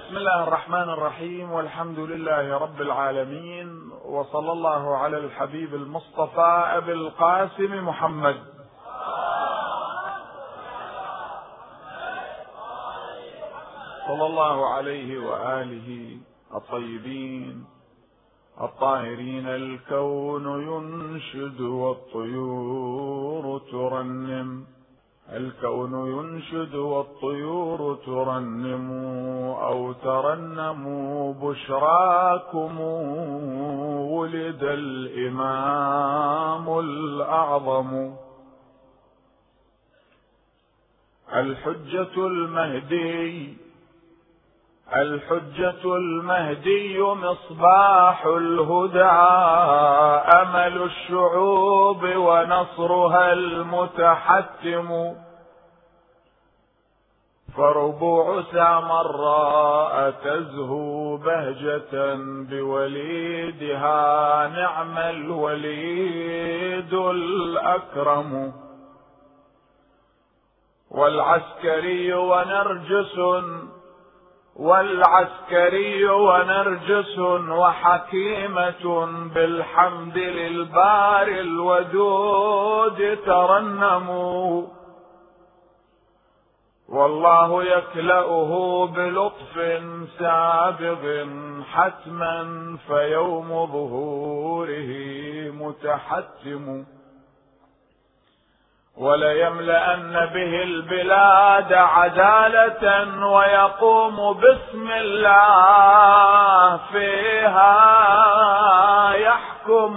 بسم الله الرحمن الرحيم، والحمد لله رب العالمين، وصلى الله على الحبيب المصطفى أبي القاسم محمد صلى الله عليه وآله الطيبين الطاهرين. الكون ينشد والطيور ترنم، الكون ينشد والطيور ترنم، أو ترنموا بشراكم ولد الإمام الأعظم. الحجة المهدي مصباح الهدى، أمل الشعوب ونصرها المتحتم، فربوع سامراء تزهو بهجة بوليدها، نعم الوليد الأكرم. والعسكري ونرجس وحكيمة بالحمد للباري الودود ترنموا، والله يكلأه بلطف سابغ حتما، فيوم ظهوره متحتم. وليملأن به البلاد عدالة، ويقوم باسم الله فيها يحكم.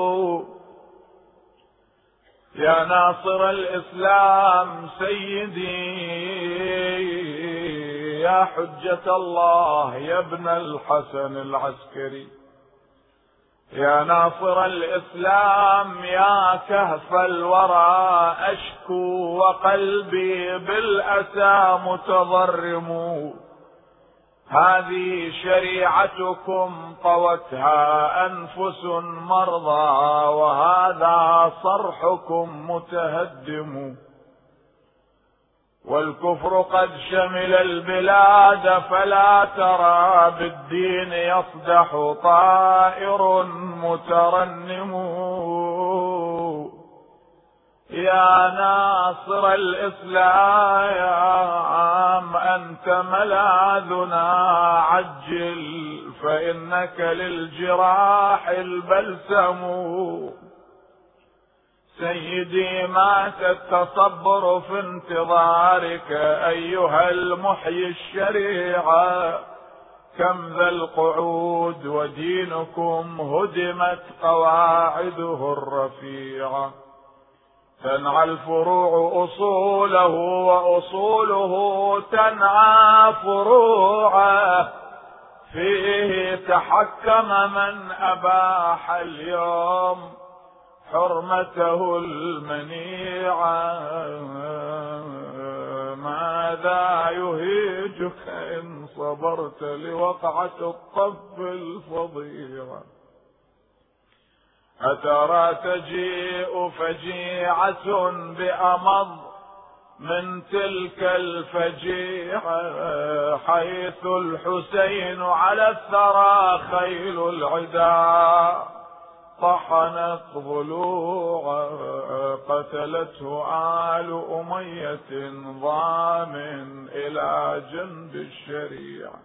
يا ناصر الإسلام سيدي، يا حجة الله يا ابن الحسن العسكري، يا ناصر الإسلام يا كهف الورى، أشكو وقلبي بالأسى متضرم. هذه شريعتكم طوتها أنفس مرضى، وهذا صرحكم متهدم. والكفر قد شمل البلاد، فلا ترى بالدين يصدح طائر مترنم. يا ناصر الإسلام أنت ملاذنا، عجل فإنك للجراح البلسم. سيدي مات التصبر في انتظارك أيها المحيي الشريعة، كم ذا القعود ودينكم هدمت قواعده الرفيعة. تنعى الفروع أصوله، وأصوله تنعى فروعه، فيه تحكم من أباح اليوم حرمته المنيعة. ماذا يهيجك إن صبرت لوقعة الطف الفظيعة؟ أترى تجيء فجيعة بأمض من تلك الفجيعة، حيث الحسين على الثرى خيل العدا طحنت ضلوعا، قتلته آل أمية ضامن إلى جنب الشريعة،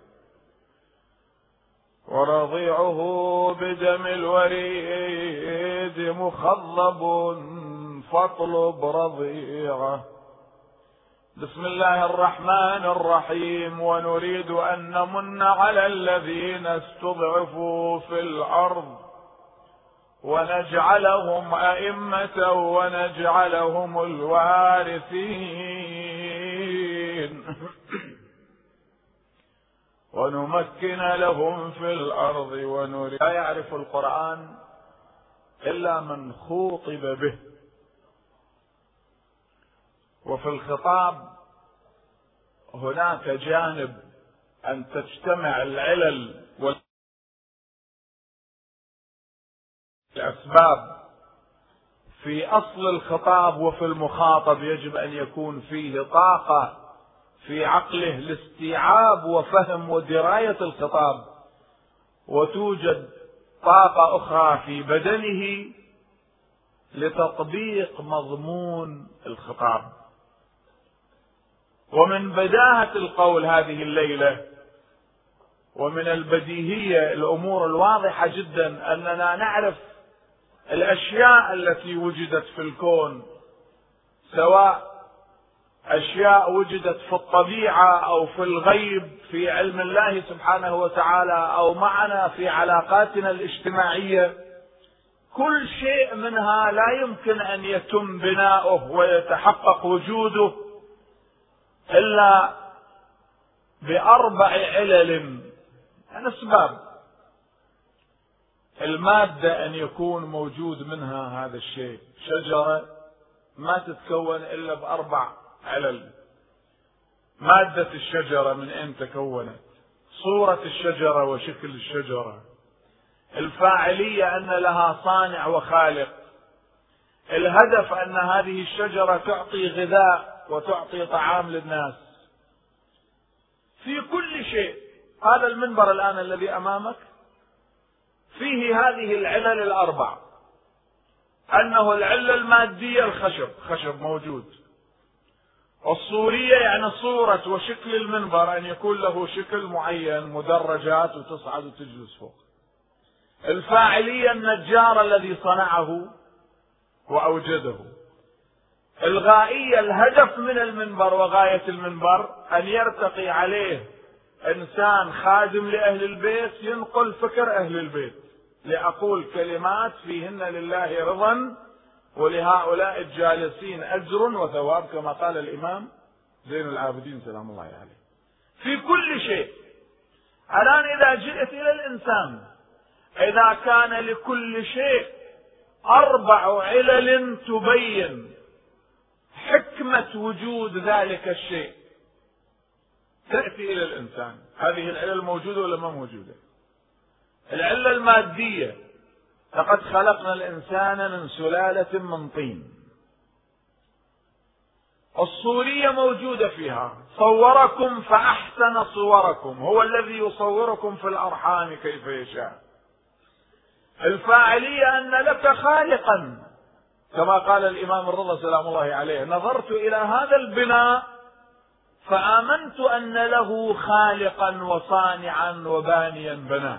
ورضيعه بدم الوريد مخضب، فاطلب رضيعه. بسم الله الرحمن الرحيم. ونريد أن نمن على الذين استضعفوا في الأرض، ونجعلهم أئمة ونجعلهم الوارثين، ونمكن لهم في الأرض ونريد. لا يعرف القرآن إلا من خوطب به، وفي الخطاب هناك جانب أن تجتمع العلل والأسباب في أصل الخطاب، وفي المخاطب يجب أن يكون فيه طاقة في عقله لاستيعاب وفهم ودراية الخطاب، وتوجد طاقة أخرى في بدنه لتطبيق مضمون الخطاب. ومن بداهة القول هذه الليلة ومن البديهية الأمور الواضحة جدا أننا نعرف الأشياء التي وجدت في الكون، سواء أشياء وجدت في الطبيعة أو في الغيب في علم الله سبحانه وتعالى أو معنا في علاقاتنا الاجتماعية، كل شيء منها لا يمكن أن يتم بناؤه ويتحقق وجوده إلا بأربع علل من أسباب. المادة أن يكون موجود منها هذا الشيء، شجرة ما تتكون إلا بأربع علل. مادة الشجرة من أين تكونت، صورة الشجرة وشكل الشجرة، الفاعلية أن لها صانع وخالق، الهدف أن هذه الشجرة تعطي غذاء وتعطي طعام للناس. في كل شيء، هذا المنبر الآن الذي أمامك فيه هذه العلل الأربع، أنه العلة المادية الخشب، خشب موجود، الصورية يعني صورة وشكل المنبر أن يكون له شكل معين، مدرجات وتصعد وتجلس فوق. الفاعلية النجار الذي صنعه وأوجده. الغائية الهدف من المنبر وغاية المنبر أن يرتقي عليه إنسان خادم لأهل البيت ينقل فكر أهل البيت، لأقول كلمات فيهن لله رضا ولهؤلاء الجالسين أجر وثواب كما قال الإمام زين العابدين سلام الله عليه. في كل شيء. الآن إذا جئت إلى الإنسان، إذا كان لكل شيء أربع علل تبين حكمة وجود ذلك الشيء، تأتي إلى الإنسان، هذه العلل موجودة ولا ما موجودة؟ العلة المادية، لقد خلقنا الإنسان من سلالة من طين. الصورية موجودة فيها، صوركم فأحسن صوركم، هو الذي يصوركم في الأرحام كيف يشاء. الفاعلية أن لك خالقا، كما قال الإمام الرضا سلام الله عليه: نظرت إلى هذا البناء فآمنت أن له خالقا وصانعا وبانيا بناه.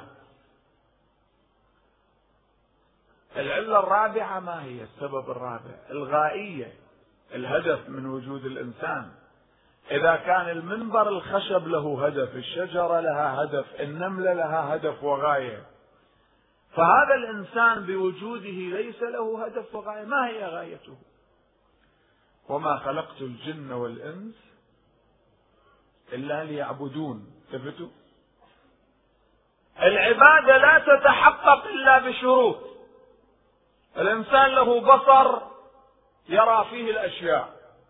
العلة الرابعة ما هي؟ السبب الرابع الغائية، الهدف من وجود الإنسان. إذا كان المنبر الخشب له هدف، الشجرة لها هدف، النملة لها هدف وغاية، فهذا الإنسان بوجوده ليس له هدف وغاية. ما هي غايته؟ وما خلقت الجن والإنس إلا ليعبدون. ثبتوا العبادة لا تتحقق إلا بشروط. الإنسان له بصر يرى فيه الأشياء،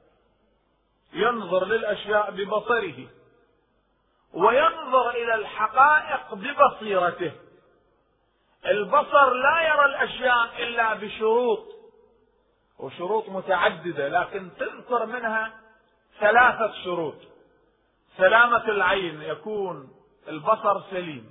ينظر للأشياء ببصره، وينظر إلى الحقائق ببصيرته. البصر لا يرى الأشياء إلا بشروط، وشروط متعددة، لكن تذكر منها ثلاثة شروط. سلامة العين، يكون البصر سليم،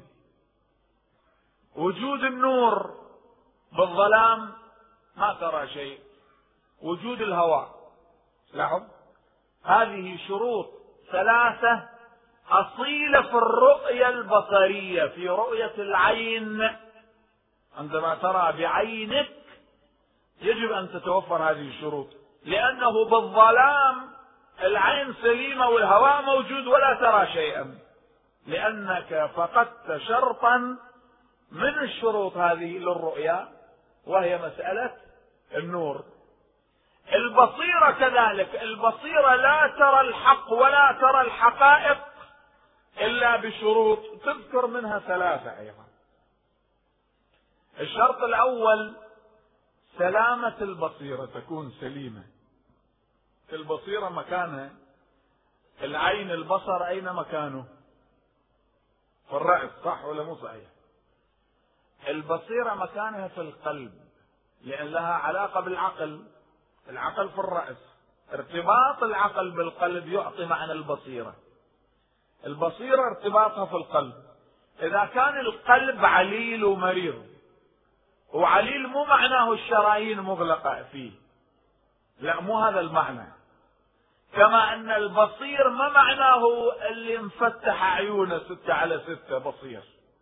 وجود النور، بالظلام ما ترى شيء، وجود الهواء. لاحظ هذه شروط ثلاثة أصيلة في الرؤية البصرية، في رؤية العين. عندما ترى بعينك يجب أن تتوفر هذه الشروط، لأنه بالظلام العين سليمة والهواء موجود ولا ترى شيئا، لأنك فقدت شرطا من الشروط هذه للرؤيا، وهي مسألة النور. البصيرة كذلك، البصيرة لا ترى الحق ولا ترى الحقائق إلا بشروط تذكر منها ثلاثة أيضا. الشرط الأول سلامة البصيرة، تكون سليمة. البصيرة مكانها، العين البصر أين مكانه؟ في الرأس، صح ولا مو صحيح؟ البصيرة مكانها في القلب، لأن لها علاقة بالعقل. العقل في الرأس، ارتباط العقل بالقلب يعطي معنى البصيرة. البصيرة ارتباطها في القلب. إذا كان القلب عليل ومريض، وعليل مو معناه الشرايين مغلقة فيه، لا مو هذا المعنى. كما أن البصير ما معناه اللي مفتح عيونه 6/6 بصير.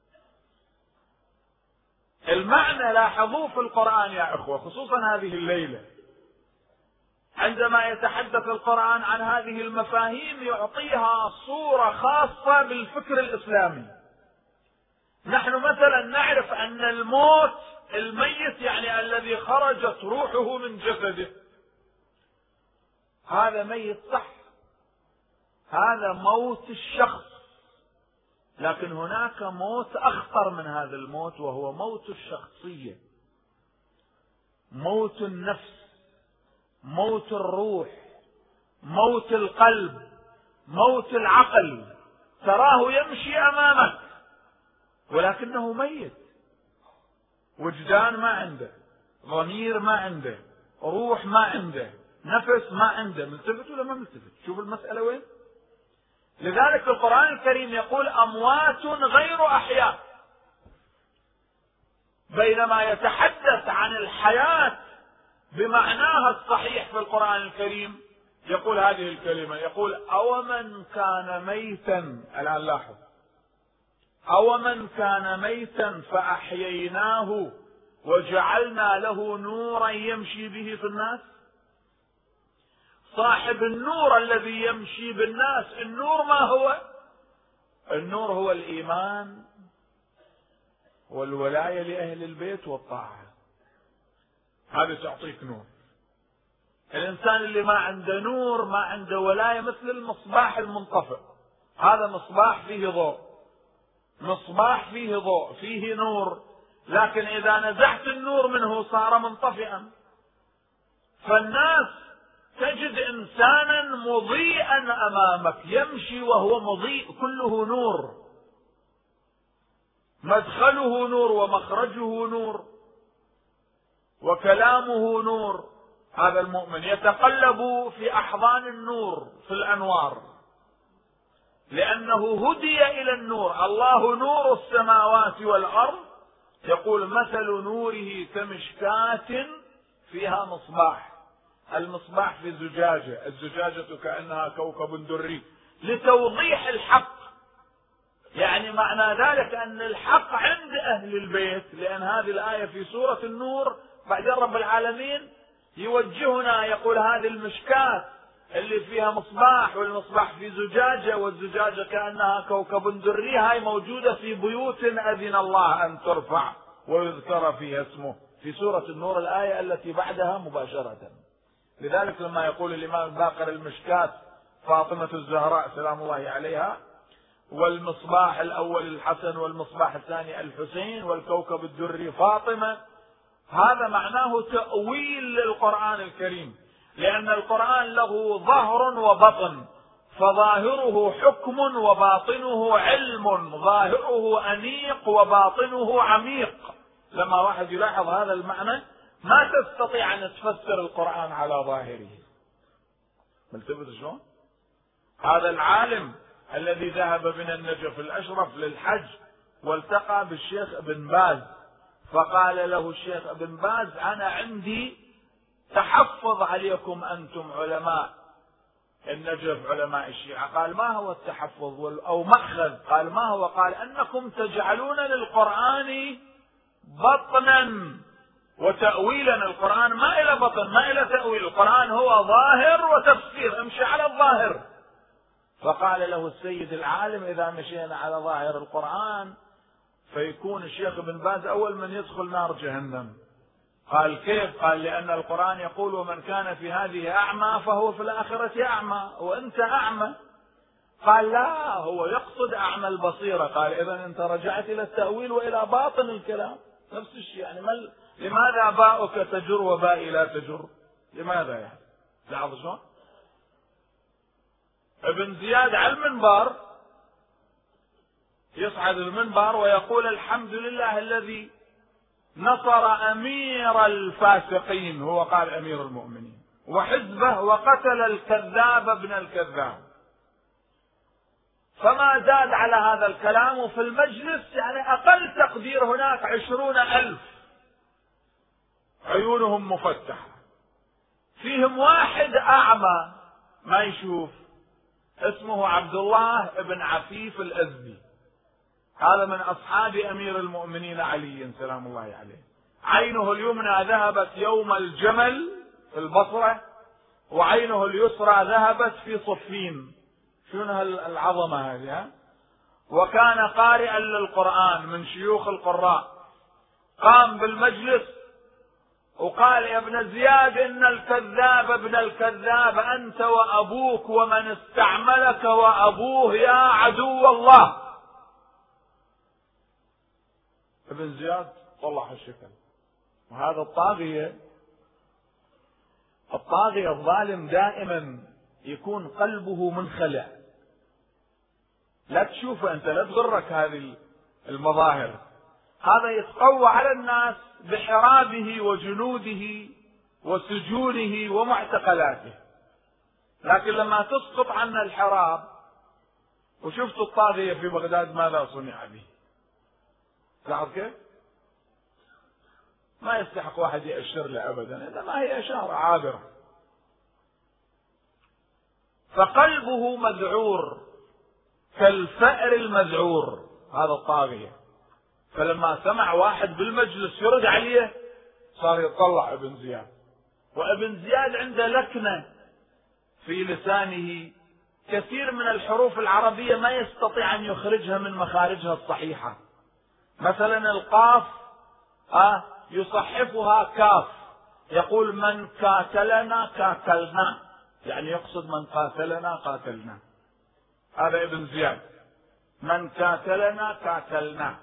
المعنى لاحظوه في القرآن يا أخوة، خصوصا هذه الليلة عندما يتحدث القرآن عن هذه المفاهيم يعطيها صورة خاصة بالفكر الإسلامي. نحن مثلا نعرف أن الموت، الميت يعني الذي خرجت روحه من جسده، هذا ميت صح، هذا موت الشخص. لكن هناك موت أخطر من هذا الموت، وهو موت الشخصية، موت النفس، موت الروح، موت القلب، موت العقل. تراه يمشي أمامك ولكنه ميت، وجدان ما عنده، ضمير ما عنده، روح ما عنده، نفس ما عنده. ملتفت ولا ما ملتفت؟ شوف المسألة وين. لذلك القرآن الكريم يقول أموات غير أحياء، بينما يتحدث عن الحياة بمعناها الصحيح في القرآن الكريم يقول هذه الكلمة، يقول أومن كان ميتا. الآن لاحظ، أومن كان ميتا فأحييناه وجعلنا له نورا يمشي به في الناس. صاحب النور الذي يمشي بالناس، النور ما هو؟ النور هو الإيمان والولاية لأهل البيت والطاعة. هذا تعطيك نور. الإنسان اللي ما عنده نور، ما عنده ولاية، مثل المصباح المنطفئ. هذا مصباح فيه ضوء، مصباح فيه ضوء، فيه نور، لكن إذا نزعت النور منه صار منطفئا. فالناس تجد إنسانا مضيئا أمامك يمشي وهو مضيء، كله نور، مدخله نور ومخرجه نور وكلامه نور. هذا المؤمن يتقلب في أحضان النور في الأنوار، لأنه هدي إلى النور. الله نور السماوات والأرض، يقول مثل نوره كمشكاة فيها مصباح. المصباح في زجاجة، الزجاجة كأنها كوكب دري، لتوضيح الحق. يعني معنى ذلك أن الحق عند أهل البيت، لأن هذه الآية في سورة النور. بعدين رب العالمين يوجهنا يقول هذه المشكاة اللي فيها مصباح، والمصباح في زجاجة، والزجاجة كأنها كوكب دري، هاي موجودة في بيوت أذن الله أن ترفع ويذكر فيها اسمه، في سورة النور الآية التي بعدها مباشرة. لذلك لما يقول الإمام الباقر المشكاة فاطمة الزهراء سلام الله عليها، والمصباح الأول الحسن والمصباح الثاني الحسين والكوكب الدري فاطمة، هذا معناه تأويل للقرآن الكريم، لأن القرآن له ظهر وبطن، فظاهره حكم وباطنه علم، ظاهره أنيق وباطنه عميق. لما واحد يلاحظ هذا المعنى ما تستطيع أن تفسر القرآن على ظاهره. ملتفت شلون؟ هذا العالم الذي ذهب من النجف الأشرف للحج والتقى بالشيخ ابن باز، فقال له الشيخ ابن باز أنا عندي تحفظ عليكم أنتم علماء النجف علماء الشيعة. قال ما هو التحفظ أو مأخذ؟ قال ما هو؟ قال أنكم تجعلون للقرآن بطنا وتأويلا. القرآن ما إلى بطن ما إلى تأويل، القرآن هو ظاهر وتفسير، امشي على الظاهر. فقال له السيد العالم إذا مشينا على ظاهر القرآن فيكون الشيخ ابن باز أول من يدخل نار جهنم. قال كيف؟ قال لأن القرآن يقول ومن كان في هذه أعمى فهو في الآخرة أعمى، وأنت أعمى. قال لا، هو يقصد أعمى البصيرة. قال إذا أنت رجعت إلى التأويل وإلى باطن الكلام. نفس الشيء يعني لماذا باؤك تجر وبائي لا تجر؟ لماذا يعني؟ لاحظ شلون؟ ابن زياد على المنبر يصعد المنبر ويقول الحمد لله الذي نصر أمير الفاسقين، هو قال أمير المؤمنين، وحزبه وقتل الكذاب ابن الكذاب. فما زاد على هذا الكلام، وفي المجلس يعني أقل تقدير هناك 20,000 عيونهم مفتحة، فيهم واحد أعمى ما يشوف، اسمه عبد الله بن عفيف الأزدي، هذا من أصحاب أمير المؤمنين علي سلام الله عليه. عينه اليمنى ذهبت يوم الجمل في البصرة، وعينه اليسرى ذهبت في صفين. شنو العظمة هذه؟ وكان قارئا للقرآن من شيوخ القراء. قام بالمجلس وقال: يا ابن زياد، إن الكذاب ابن الكذاب أنت وأبوك ومن استعملك وأبوه يا عدو الله. ابن زياد طلع الشكل. وهذا الطاغية الظالم دائما يكون قلبه منخلع. لا تشوفه أنت، لا تغرك هذه المظاهر. هذا يتقوى على الناس بحرابه وجنوده وسجونه ومعتقلاته، لكن لما تسقط عنا الحراب، وشفت الطاغية في بغداد ماذا صنع به، لاحظ كيف؟ ما يستحق واحد يأشر له أبدا، إنما هي إشارة عابرة. فقلبه مذعور كالفأر المذعور هذا الطاغية. فلما سمع واحد بالمجلس يرد عليه صار يطلع ابن زياد. وابن زياد عنده لكنة في لسانه، كثير من الحروف العربية ما يستطيع أن يخرجها من مخارجها الصحيحة. مثلا القاف يصحفها كاف، يقول: من كاتلنا كاتلنا، يعني يقصد من قاتلنا قاتلنا. هذا ابن زياد، من كاتلنا كاتلنا.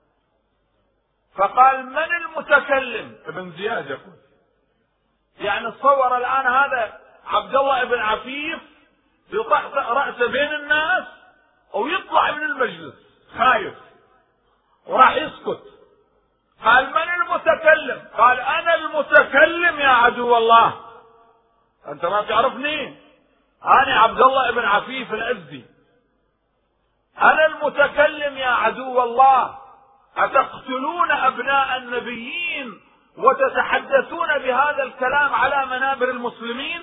فقال: من المتكلم؟ ابن زياد يقول، يعني تصور الآن هذا عبد الله بن عفيف يطأطأ رأسه بين الناس ويطلع من المجلس خايف وراح يسكت. قال: من المتكلم؟ قال: أنا المتكلم يا عدو الله، أنت ما تعرفني، أنا عبد الله بن عفيف الأزدي، أنا المتكلم يا عدو الله. أتقتلون أبناء النبيين وتتحدثون بهذا الكلام على منابر المسلمين؟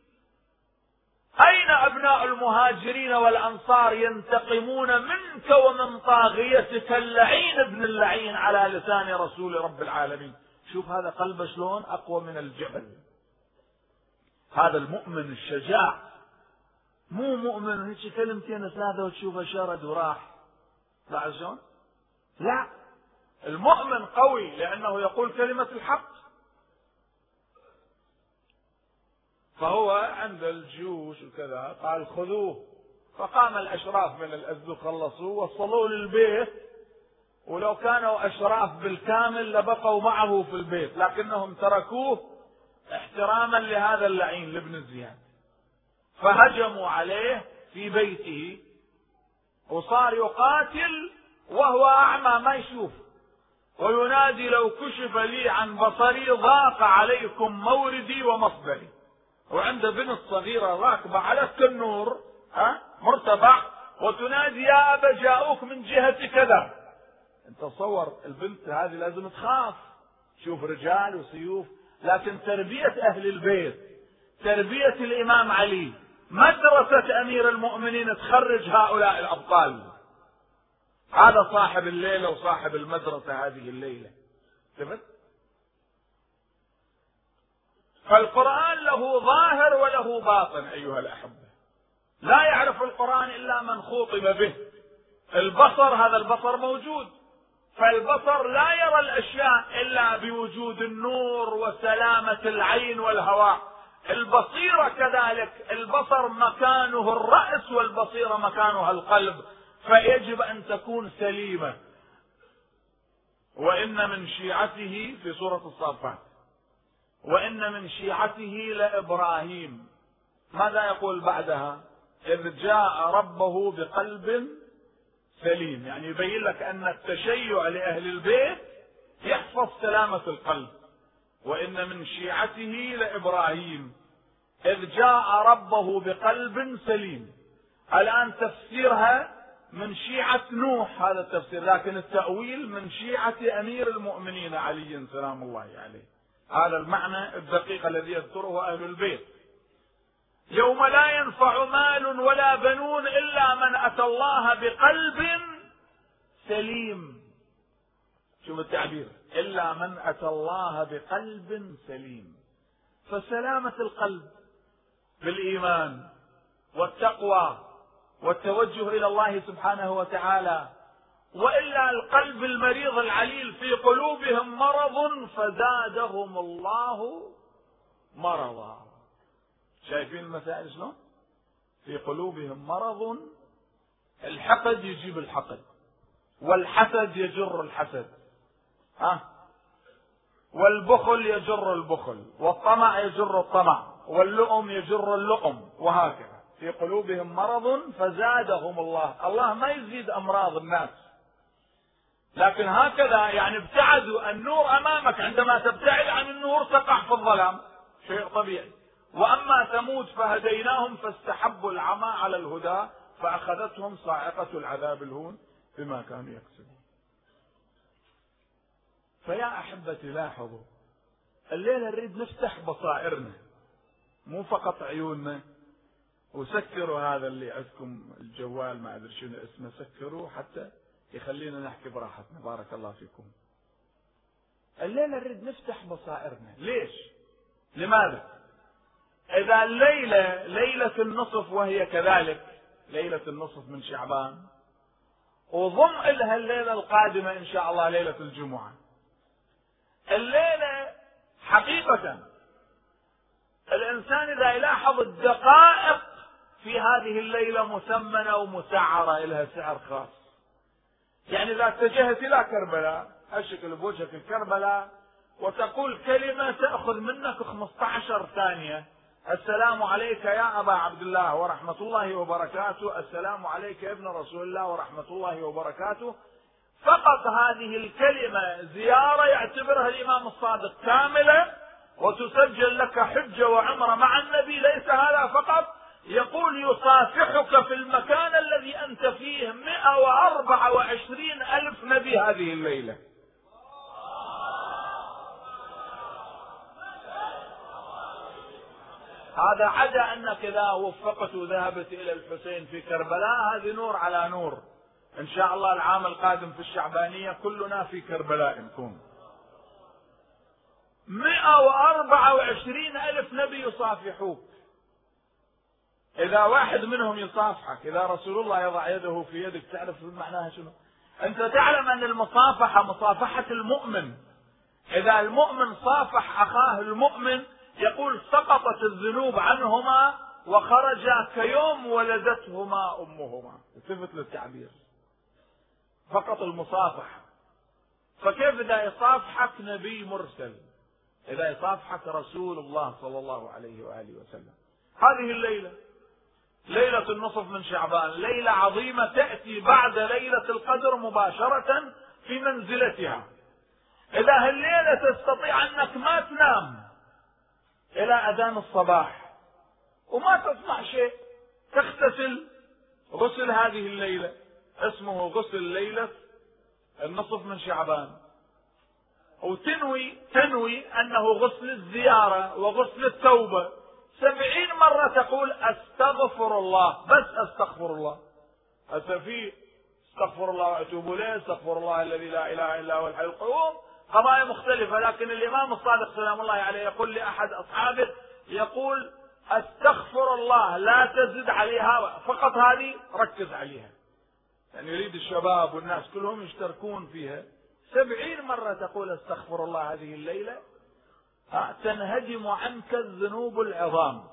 أين أبناء المهاجرين والأنصار ينتقمون منك ومن طاغيتك اللعين ابن اللعين على لسان رسول رب العالمين؟ شوف هذا قلبه شلون أقوى من الجبل. هذا المؤمن الشجاع، مو مؤمن هيك كلمتين ثلاثة وتشوفه شرد وراح. لا شلون؟ لا، المؤمن قوي لأنه يقول كلمة الحق. فهو عند الجيوش وكذا قال: خذوه. فقام الأشراف من الأزد خلصوه وصلوه للبيت، ولو كانوا أشراف بالكامل لبقوا معه في البيت، لكنهم تركوه احتراما لهذا اللعين لابن زياد. فهجموا عليه في بيته، وصار يقاتل وهو أعمى ما يشوف، وينادي: لو كشف لي عن بصري ضاق عليكم موردي ومصدري. وعنده بنت صغيرة راكبة على التنور مرتفع، وتنادي: يا أبا جاءوك من جهة كذا. انت تصور البنت هذه لازم تخاف، شوف رجال وسيوف، لكن تربية أهل البيت، تربية الإمام علي، مدرسة أمير المؤمنين تخرج هؤلاء الأبطال. هذا صاحب الليلة وصاحب المدرسة هذه الليلة. شفت؟ فالقرآن له ظاهر وله باطن أيها الأحبة، لا يعرف القرآن إلا من خوطب به. البصر، هذا البصر موجود، فالبصر لا يرى الأشياء إلا بوجود النور وسلامة العين والهواء. البصيرة كذلك، البصر مكانه الرأس والبصيرة مكانها القلب، فيجب أن تكون سليمة. وإن من شيعته في سورة الصافات: وإن من شيعته لإبراهيم. ماذا يقول بعدها؟ إذ جاء ربه بقلب سليم، يعني يبين لك أن التشيع لأهل البيت يحفظ سلامة القلب. وإن من شيعته لإبراهيم إذ جاء ربه بقلب سليم. الآن تفسيرها من شيعة نوح هذا التفسير، لكن التأويل من شيعة أمير المؤمنين علي سلام الله عليه. هذا المعنى الدقيق الذي يذكره أهل البيت. يوم لا ينفع مال ولا بنون إلا من أتى الله بقلب سليم. شوف التعبير، إلا من أتى الله بقلب سليم. فسلامة القلب بالإيمان والتقوى والتوجه إلى الله سبحانه وتعالى. وإلا القلب المريض العليل في قلوبهم مرض فزادهم الله مرضا. شايفين المسائل شلون؟ في قلوبهم مرض، الحقد يجيب الحقد، والحسد يجر الحسد، والبخل يجر البخل، والطمع يجر الطمع، واللؤم يجر اللؤم، وهكذا. في قلوبهم مرض فزادهم الله. الله ما يزيد أمراض الناس، لكن هكذا يعني ابتعدوا. النور أمامك، عندما تبتعد عن النور تقع في الظلام، شيء طبيعي. وأما ثمود فهديناهم فاستحبوا العمى على الهدى فأخذتهم صاعقة العذاب الهون بما كانوا يكسبون. فيا أحبتي لاحظوا، الليلة نريد نفتح بصائرنا مو فقط عيوننا. وسكروا هذا اللي عندكم الجوال ما أدري شنو اسمه، سكروه حتى يخلينا نحكي براحتنا. بارك الله فيكم. الليلة نريد نفتح بصائرنا. ليش؟ لماذا؟ إذا الليلة ليلة النصف وهي كذلك ليلة النصف من شعبان، وضم إلها الليلة القادمة إن شاء الله ليلة الجمعة. الليلة حقيقة الإنسان إذا يلاحظ الدقائق في هذه الليلة مثمنة ومسعرة، لها سعر خاص. يعني إذا اتجهت إلى كربلاء، أشكل بوجهك الكربلاء وتقول كلمة تأخذ منك 15 ثانية: السلام عليك يا أبا عبد الله ورحمة الله وبركاته، السلام عليك يا ابن رسول الله ورحمة الله وبركاته. فقط هذه الكلمة زيارة يعتبرها الإمام الصادق كاملة، وتسجل لك حجة وعمرة مع النبي. ليس هذا فقط، يقول يصافحك في المكان الذي أنت فيه 124,000 نبي هذه الليلة. هذا عدا أنك إذا وفقت وذهبت إلى الحسين في كربلاء، هذه نور على نور. إن شاء الله العام القادم في الشعبانية كلنا في كربلاء نكون. 124,000 نبي يصافحوك. إذا واحد منهم يصافحك، إذا رسول الله يضع يده في يدك، تعرف معناها شنو؟ أنت تعلم أن المصافحة مصافحة المؤمن. إذا المؤمن صافح أخاه المؤمن يقول سقطت الذنوب عنهما وخرجا كيوم ولدتهما أمهما. التفت للتعبير، فقط المصافحة. فكيف إذا يصافحك نبي مرسل، إذا يصافحك رسول الله صلى الله عليه وآله وسلم؟ هذه الليلة ليلة النصف من شعبان، ليلة عظيمة تأتي بعد ليلة القدر مباشرة في منزلتها. إذا هالليلة تستطيع أنك ما تنام إلى أذان الصباح وما تصنع شيء، تغتسل غسل هذه الليلة، اسمه غسل ليلة النصف من شعبان، وتنوي أنه غسل الزيارة وغسل التوبة. 70 مرة تقول أستغفر الله، بس أستغفر الله. في استغفر الله وأتوب إليه، استغفر الله الذي لا إله إلا هو الحي القيوم، قضايا مختلفة. لكن الإمام الصادق سلام الله عليه يقول لأحد أصحابه، يقول أستغفر الله لا تزد عليها، فقط هذه ركز عليها. يعني يريد الشباب والناس كلهم يشتركون فيها. 70 مرة تقول أستغفر الله هذه الليلة، تنهدم عنك الذنوب العظام.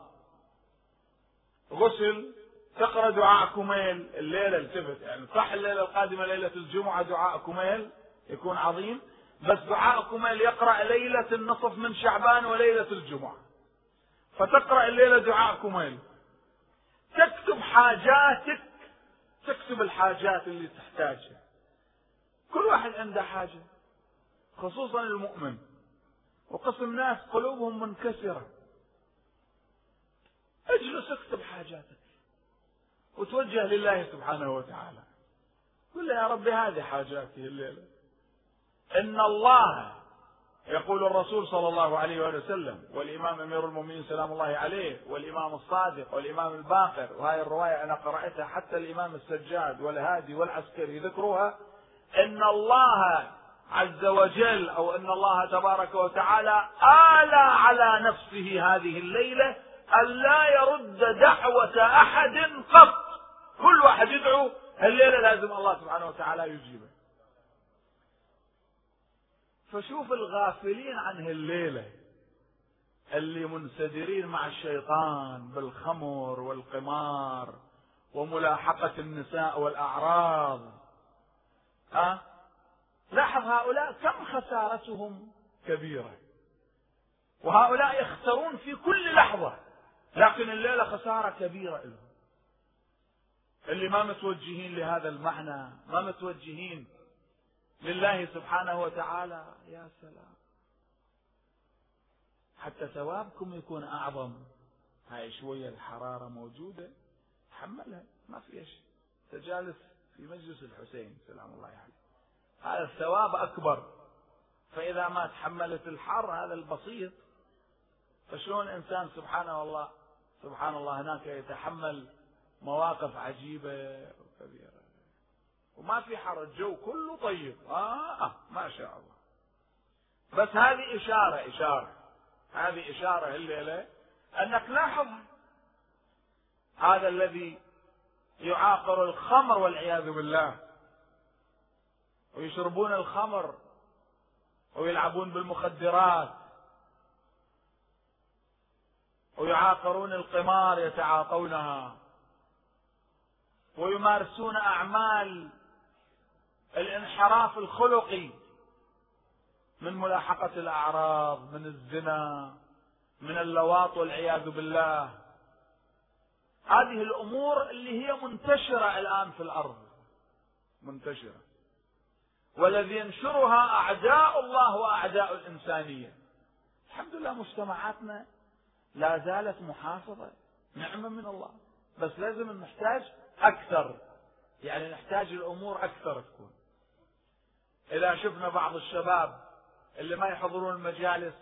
غسل، تقرأ دعاء كميل الليلة. التفت، يعني صح الليلة القادمة ليلة الجمعة دعاء كميل يكون عظيم، بس دعاء كميل يقرأ ليلة النصف من شعبان وليلة الجمعة. فتقرأ الليلة دعاء كميل، تكتب حاجاتك، تكتب الحاجات اللي تحتاجها. كل واحد عنده حاجة، خصوصا المؤمن. وقسم ناس قلوبهم منكسرة، اجلس اكتب حاجاتك وتوجه لله سبحانه وتعالى، قل له يا ربي هذه حاجاتي الليلة. إن الله، يقول الرسول صلى الله عليه وآله وسلم، والإمام أمير المؤمنين سلام الله عليه، والإمام الصادق، والإمام الباقر، وهذه الرواية أنا قرأتها حتى الإمام السجاد والهادي والعسكري ذكروها، إن الله عز وجل أو إن الله تبارك وتعالى آلى على نفسه هذه الليلة أن لا يرد دعوة أحد قط. كل واحد يدعو الليلة لازم الله سبحانه وتعالى يجيبه. فشوف الغافلين عن الليلة اللي منسدرين مع الشيطان بالخمر والقمار وملاحقة النساء والأعراض. لاحظ هؤلاء كم خسارتهم كبيرة، وهؤلاء يخسرون في كل لحظة، لكن الليلة خسارة كبيرة لهم. اللي ما متوجهين لهذا المعنى، ما متوجهين لله سبحانه وتعالى، يا سلام، حتى ثوابكم يكون أعظم. هاي شوية الحرارة موجودة، تحملها، ما في شيء. تجالس في مجلس الحسين سلام الله عليه، هذا الثواب أكبر. فإذا ما تحملت الحر هذا البسيط، فشلون إنسان سبحان الله هناك يتحمل مواقف عجيبة وكبيرة، وما في حر، الجو كله طيب، ما شاء الله. بس هذه إشارة الليلة أنك لاحظ هذا الذي يعاقر الخمر والعياذ بالله، ويشربون الخمر ويلعبون بالمخدرات ويعاقرون القمار يتعاطونها، ويمارسون أعمال الانحراف الخلقي من ملاحقة الأعراض، من الزنا، من اللواط والعياذ بالله. هذه الأمور اللي هي منتشرة الآن في الأرض، منتشرة، والذي ينشرها أعداء الله وأعداء الإنسانية. الحمد لله مجتمعاتنا لا زالت محافظة، نعمة من الله، بس لازم نحتاج أكثر، يعني نحتاج الأمور أكثر تكون. إذا شفنا بعض الشباب اللي ما يحضرون المجالس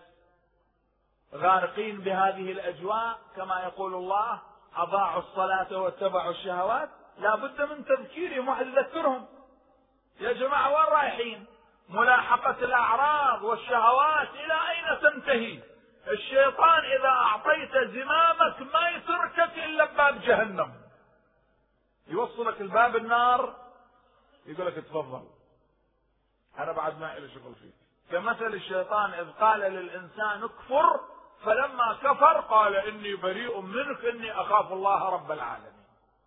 غارقين بهذه الأجواء، كما يقول الله أضاعوا الصلاة واتبعوا الشهوات، لا بد من تذكيرهم، واحد يذكرهم، يا جماعة وين رايحين؟ ملاحقة الأعراض والشهوات إلى أين تنتهي؟ الشيطان إذا أعطيت زمامك ما يتركك إلا بباب جهنم، يوصلك الباب النار، يقولك تفضل، أنا بعد ما إلي شغل فيك. كمثل الشيطان إذ قال للإنسان اكفر فلما كفر قال إني بريء منك إني أخاف الله رب العالمين.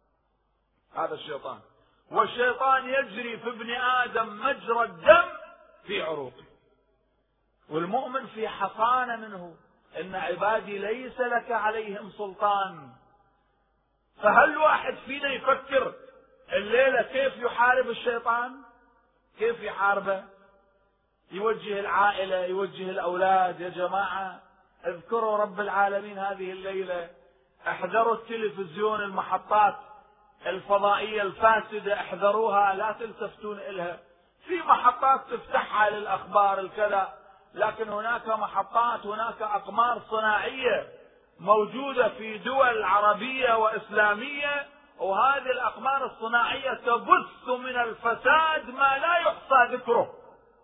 هذا الشيطان، والشيطان يجري في ابن آدم مجرى الدم في عروقه، والمؤمن في حصانة منه، إن عبادي ليس لك عليهم سلطان. فهل واحد فينا يفكر الليلة كيف يحارب الشيطان؟ كيف يحاربه؟ يوجه العائلة، يوجه الأولاد، يا جماعة اذكروا رب العالمين هذه الليلة، احذروا التلفزيون، المحطات الفضائية الفاسدة احذروها، لا تلتفتون إلها. في محطات تفتحها للأخبار الكذا، لكن هناك محطات، هناك أقمار صناعية موجودة في دول عربية وإسلامية، وهذه الأقمار الصناعية تبث من الفساد ما لا يحصى ذكره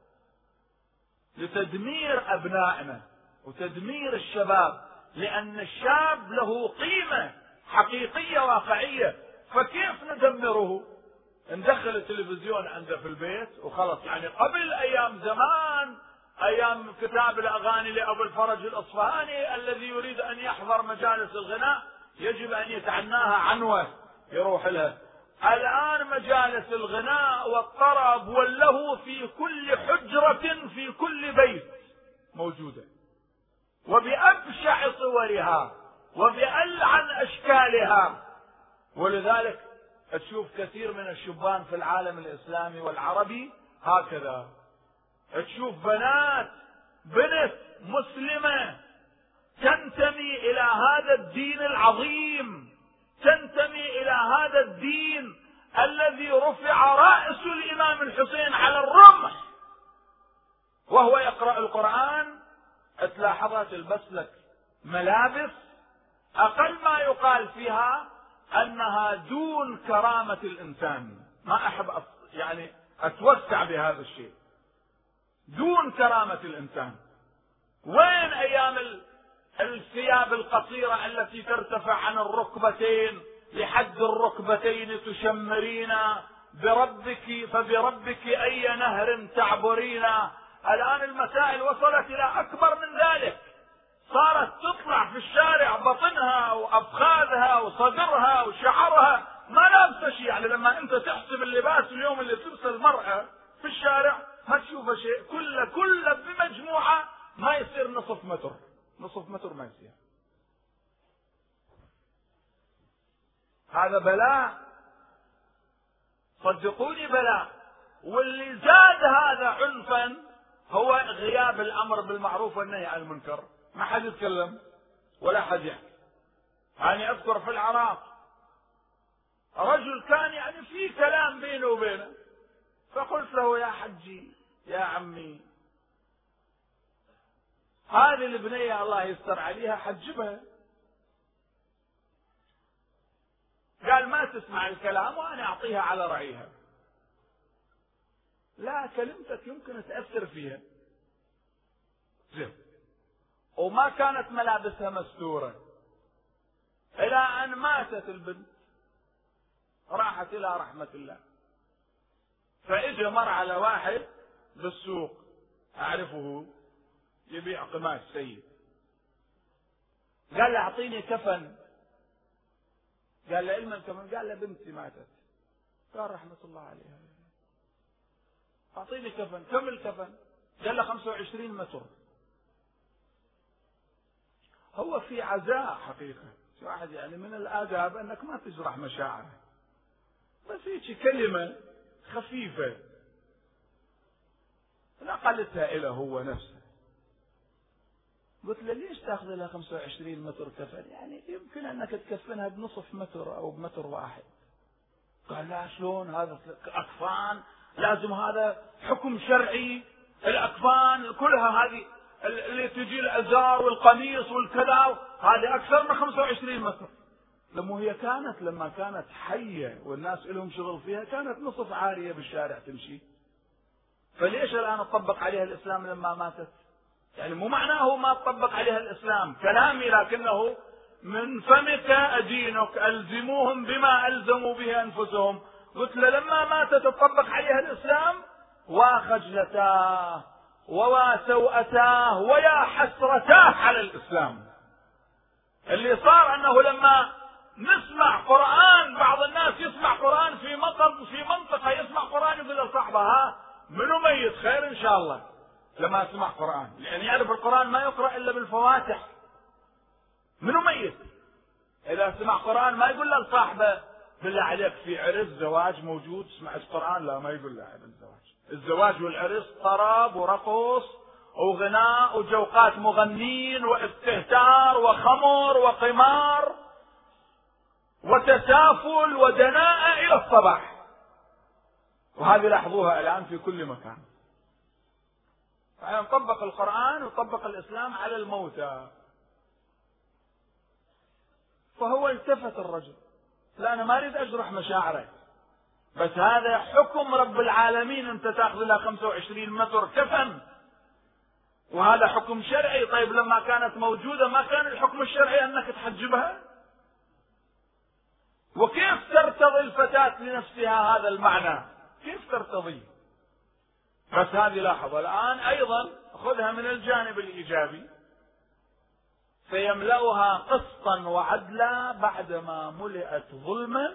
لتدمير أبنائنا وتدمير الشباب، لأن الشاب له قيمة حقيقية واقعية. فكيف ندمره؟ ندخل التلفزيون عنده في البيت وخلص. يعني قبل أيام زمان، أيام كتاب الأغاني لأبو الفرج الأصفهاني، الذي يريد أن يحضر مجالس الغناء يجب أن يتعناها عنوة يروح لها. الآن مجالس الغناء والطرب واللهو في كل حجرة في كل بيت موجودة، وبأبشع صورها وبألعن أشكالها. ولذلك تشوف كثير من الشبان في العالم الإسلامي والعربي هكذا، تشوف بنت مسلمة تنتمي إلى هذا الدين العظيم، تنتمي إلى هذا الدين الذي رفع رأس الإمام الحسين على الرمح وهو يقرأ القرآن. تلاحظها تلبس لك ملابس أقل ما يقال فيها أنها دون كرامة الإنسان. ما أحب يعني أتوسع بهذا الشيء، دون كرامة الإنسان. وين أيام الثياب القصيرة التي ترتفع عن الركبتين لحد الركبتين تشمرين بربك فبربك أي نهر تعبرين؟ الآن المسائل وصلت إلى أكبر من ذلك، صارت تطلع في الشارع بطنها وأفخاذها وصدرها وشعرها ما لابسة شيء. يعني لما أنت تحسب اللباس اليوم اللي تلبسه المرأة في الشارع ما تشوفه شيء، كله بمجموعة ما يصير نصف متر، نصف متر ما يصير. هذا بلاء، صدقوني بلاء. واللي زاد هذا عنفا هو غياب الأمر بالمعروف والنهي عن المنكر. ما حد يتكلم ولا حد يحكي. يعني أذكر في العراق رجل كان يعني في كلام بينه وبينه، فقلت له يا حجي يا عمي هذه البنية الله يستر عليها حجبها. قال ما تسمع الكلام وأنا أعطيها على رأيها. لا، كلمتك يمكن تأثر فيها. زين. وما كانت ملابسها مستورة إلى أن ماتت البنت، راحت إلى رحمة الله. فإجا مر على واحد بالسوق أعرفه يبيع قماش سيد، قال له أعطيني كفن. قال له علما كفن؟ قال له بنتي ماتت. قال رحمة الله عليها أعطيني كفن. كم الكفن؟ قال له 25 متر. هو في عزاء حقيقة، في واحد يعني من الآداب أنك ما تجرح مشاعره، بس هيك كلمة خفيفة نقلتها إلى هو نفسه. قلت له ليش تاخذ لها 25 متر كفن؟ يعني يمكن أنك تكفنها بنصف متر أو بمتر واحد. قال لا، شلون هذا أكفان؟ لازم هذا حكم شرعي. الأكفان كلها هذه اللي تجي الأزار والقميص والكذا هذه أكثر من 25 متر. لما كانت حية والناس لهم شغل فيها كانت نصف عارية بالشارع تمشي. فليش الآن تطبق عليها الإسلام لما ماتت؟ يعني مو معناه ما تطبق عليها الإسلام كلامي، لكنه من فمك أدينك، ألزموهم بما ألزموا به أنفسهم. قلت له لما ماتت تطبق عليها الإسلام وخجلتاه وواسوأتاه ويا حسرتاه على الإسلام. اللي صار أنه لما نسمع قرآن، بعض الناس يسمع قرآن في منطقة يسمع قرآن يقول لصاحبه ها منو ميت خير إن شاء الله لما يسمع قرآن، لأن يعرف القرآن ما يقرأ إلا بالفواتح. منو ميت؟ إذا سمع قرآن ما يقول له لصاحبه بالله عليك في عرس زواج موجود اسمع القرآن، لا ما يقول له عن الزواج. الزواج والعرس طرب ورقص وغناء وجوقات مغنين واستهتار وخمر وقمار وتسافل ودناءة إلى الصباح. وهذه لاحظوها الآن في كل مكان. نطبق القرآن وطبق الإسلام على الموتى. فهو التفت الرجل، لا أنا ما أريد أجرح مشاعره، بس هذا حكم رب العالمين، أنت تأخذ لها 25 متر كفن وهذا حكم شرعي. طيب لما كانت موجودة ما كان الحكم الشرعي أنك تحجبها؟ وكيف ترتضي الفتاة لنفسها هذا المعنى؟ كيف ترتضي؟ بس هذه لاحظة الآن أيضا خذها من الجانب الإيجابي، فيملأها قسطا وعدلا بعدما ملئت ظلما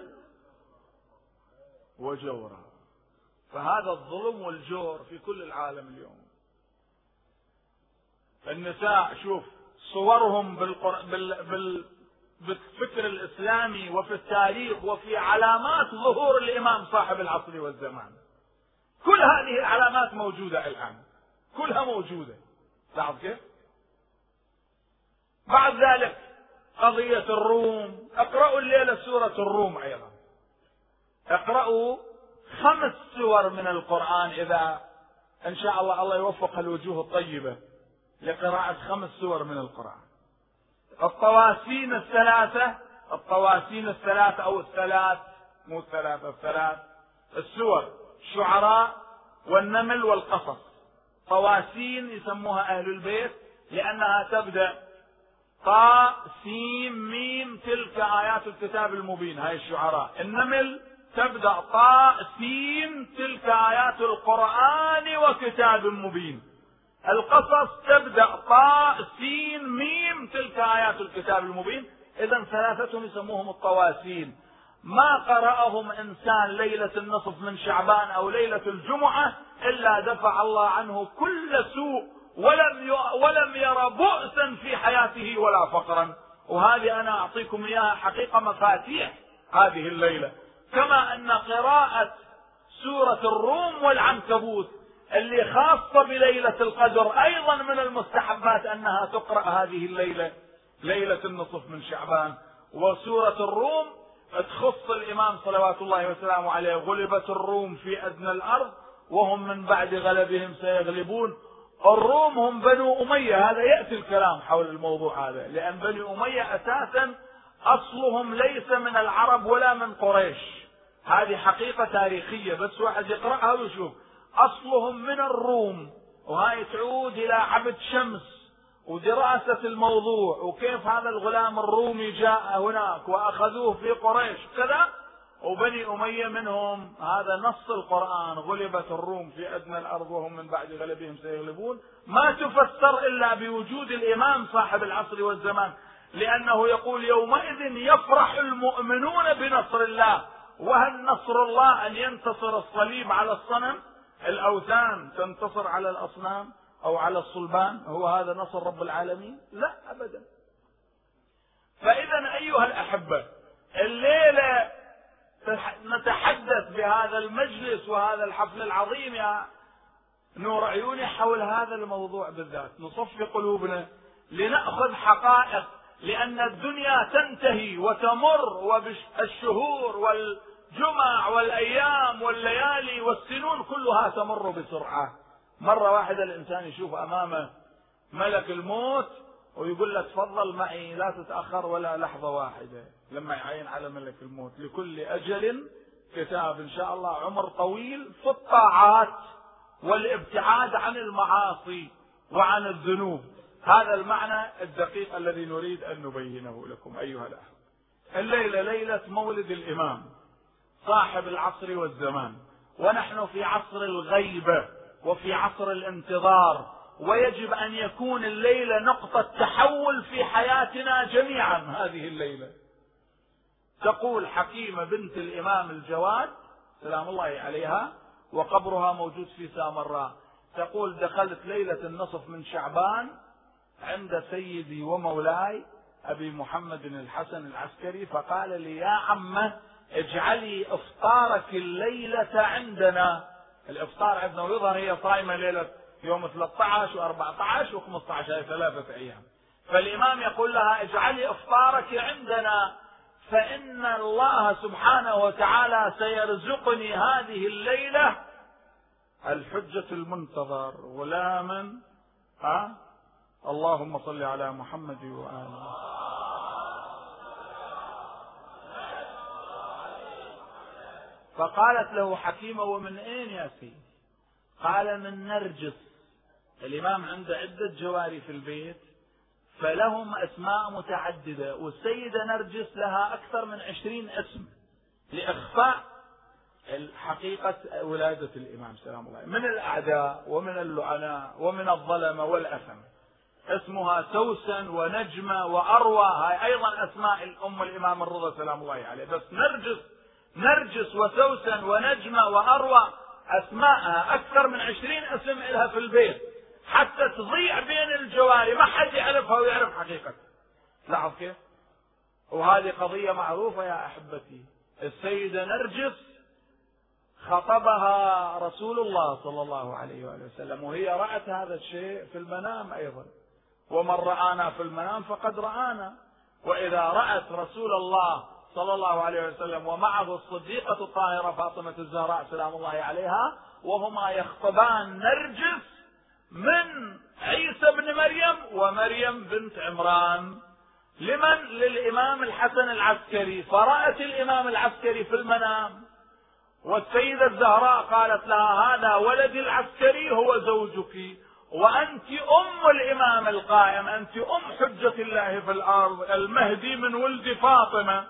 وجورا. فهذا الظلم والجور في كل العالم اليوم. النساء شوف صورهم بالفكر الإسلامي وفي التاريخ وفي علامات ظهور الإمام صاحب العصر والزمان، كل هذه العلامات موجودة الآن، كلها موجودة. لاحظ كيف؟ بعد ذلك قضية الروم، اقرأوا الليلة سورة الروم أيضا، اقرأوا 5 سور من القرآن إذا إن شاء الله يوفق الوجوه الطيبة لقراءة 5 سور من القرآن. الطواسين الثلاثة أو الثلاث، مو الثلاثة، الثلاث السور: الشعراء والنمل والقصص. طواسين يسموها أهل البيت لأنها تبدأ طاء سين ميم تلك آيات الكتاب المبين، هاي الشعراء. النمل تبدأ طاء سين تلك آيات القرآن وكتاب مبين. القصص تبدأ طاء سين ميم تلك آيات الكتاب المبين. إذن 3 يسموهم الطواسين. ما قرأهم إنسان ليلة النصف من شعبان أو ليلة الجمعة إلا دفع الله عنه كل سوء ولم ير بؤسا في حياته ولا فقرا. وهذه أنا أعطيكم إياها حقيقة مفاتيح هذه الليلة. كما أن قراءة سورة الروم والعنكبوت اللي خاصة بليلة القدر أيضا من المستحبات أنها تقرأ هذه الليلة، ليلة النصف من شعبان. وسورة الروم تخص الإمام صلوات الله وسلامه عليه: غلبت الروم في أدنى الأرض وهم من بعد غلبهم سيغلبون. الروم هم بنو أمية، هذا يأتي الكلام حول الموضوع هذا، لأن بني أمية أساسا أصلهم ليس من العرب ولا من قريش. هذه حقيقة تاريخية، بس واحد يقرأها ويشوف أصلهم من الروم. وهاي تعود إلى عبد شمس ودراسة الموضوع وكيف هذا الغلام الرومي جاء هناك وأخذوه في قريش كذا، وبني أمية منهم. هذا نص القرآن: غلبت الروم في أدنى الأرض وهم من بعد غلبهم سيغلبون. ما تفسر إلا بوجود الإمام صاحب العصر والزمان، لأنه يقول: يومئذ يفرح المؤمنون بنصر الله. وهل نصر الله أن ينتصر الصليب على الصنم؟ الأوثان تنتصر على الأصنام أو على الصلبان؟ هو هذا نصر رب العالمين؟ لا أبدا. فإذا أيها الأحبة، الليلة نتحدث بهذا المجلس وهذا الحفل العظيم يا نور عيوني حول هذا الموضوع بالذات، نصفي قلوبنا لنأخذ حقائق، لأن الدنيا تنتهي وتمر، والشهور والجمع والأيام والليالي والسنون كلها تمر بسرعة. مرة واحدة الإنسان يشوف أمامه ملك الموت ويقول له: تفضل معي لا تتأخر ولا لحظة واحدة. لما يعين على ملك الموت: لكل أجل كتاب. إن شاء الله عمر طويل في الطاعات والابتعاد عن المعاصي وعن الذنوب. هذا المعنى الدقيق الذي نريد أن نبينه لكم أيها الأخوة. الليلة ليلة مولد الإمام صاحب العصر والزمان، ونحن في عصر الغيبة وفي عصر الانتظار، ويجب أن يكون الليلة نقطة تحول في حياتنا جميعا. هذه الليلة تقول حكيمة بنت الإمام الجواد سلام الله عليها، وقبرها موجود في سامراء، تقول: دخلت ليلة النصف من شعبان عند سيدي ومولاي أبي محمد الحسن العسكري، فقال لي: يا عمه اجعلي إفطارك الليلة عندنا. الإفطار عندنا ويظهر هي صائمة ليلة يوم 13 و14 و15، هي 3 أيام. فالإمام يقول لها: اجعلي إفطارك عندنا، فإن الله سبحانه وتعالى سيرزقني هذه الليلة الحجة المنتظر غلاما اللهم صل على محمد وآله. فقالت له حكيمة: ومن أين يا سيدي؟ قال: من نرجس. الإمام عنده عدة جواري في البيت فلهم أسماء متعددة، والسيدة نرجس لها أكثر من 20 اسم لإخفاء حقيقة ولادة الإمام سلام الله من الأعداء ومن اللعناء ومن الظلمة والأثم. اسمها سوسن ونجمة وأروى، هاي أيضا أسماء الأم الإمام الرضا سلام الله عليه. بس نرجس وسوسن ونجمة وأروى أسماءها أكثر من 20 اسم إلها في البيت، حتى تضيع بين الجواري ما حد يعرفها ويعرف حقيقتها. لاحظ كيف؟ وهذه قضية معروفة يا أحبتي. السيدة نرجس خطبها رسول الله صلى الله عليه وآله وسلم، وهي رأت هذا الشيء في المنام أيضا، ومن رآنا في المنام فقد رآنا. وإذا رأت رسول الله صلى الله عليه وسلم ومعه الصديقة الطاهرة فاطمة الزهراء سلام الله عليها وهما يخطبان نرجس من عيسى بن مريم ومريم بنت عمران، لمن؟ للإمام الحسن العسكري. فرأت الإمام العسكري في المنام، والسيدة الزهراء قالت لها هذا ولدي العسكري هو زوجك، وأنت أم الإمام القائم، أنت أم حجة الله في الأرض، المهدي من ولد فاطمة.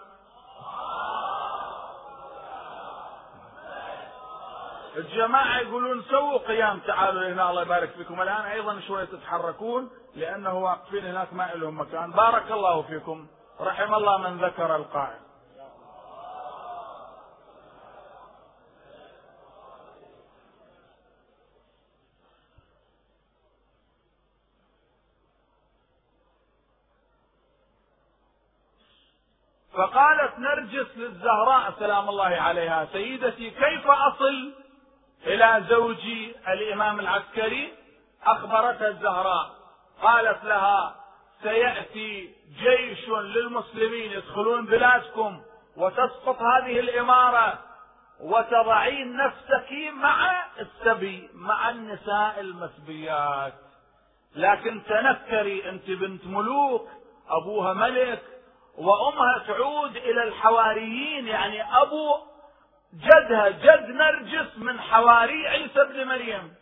الجماعة يقولون سووا قيام، تعالوا هنا الله يبارك فيكم. الآن أيضا شوية تتحركون لأنه واقفين هناك ما لهم مكان. بارك الله فيكم، رحم الله من ذكر القائم. فقالت نرجس للزهراء سلام الله عليها سيدتي كيف أصل إلى زوجي الإمام العسكري؟ أخبرتها الزهراء قالت لها سيأتي جيش للمسلمين يدخلون بلادكم وتسقط هذه الإمارة وتضعين نفسك مع السبي، مع النساء المسبيات، لكن تنكري أنت بنت ملوك، أبوها ملك وأمها تعود إلى الحواريين، يعني أبو جدها جد نرجس من حواري عيسى بن مريم،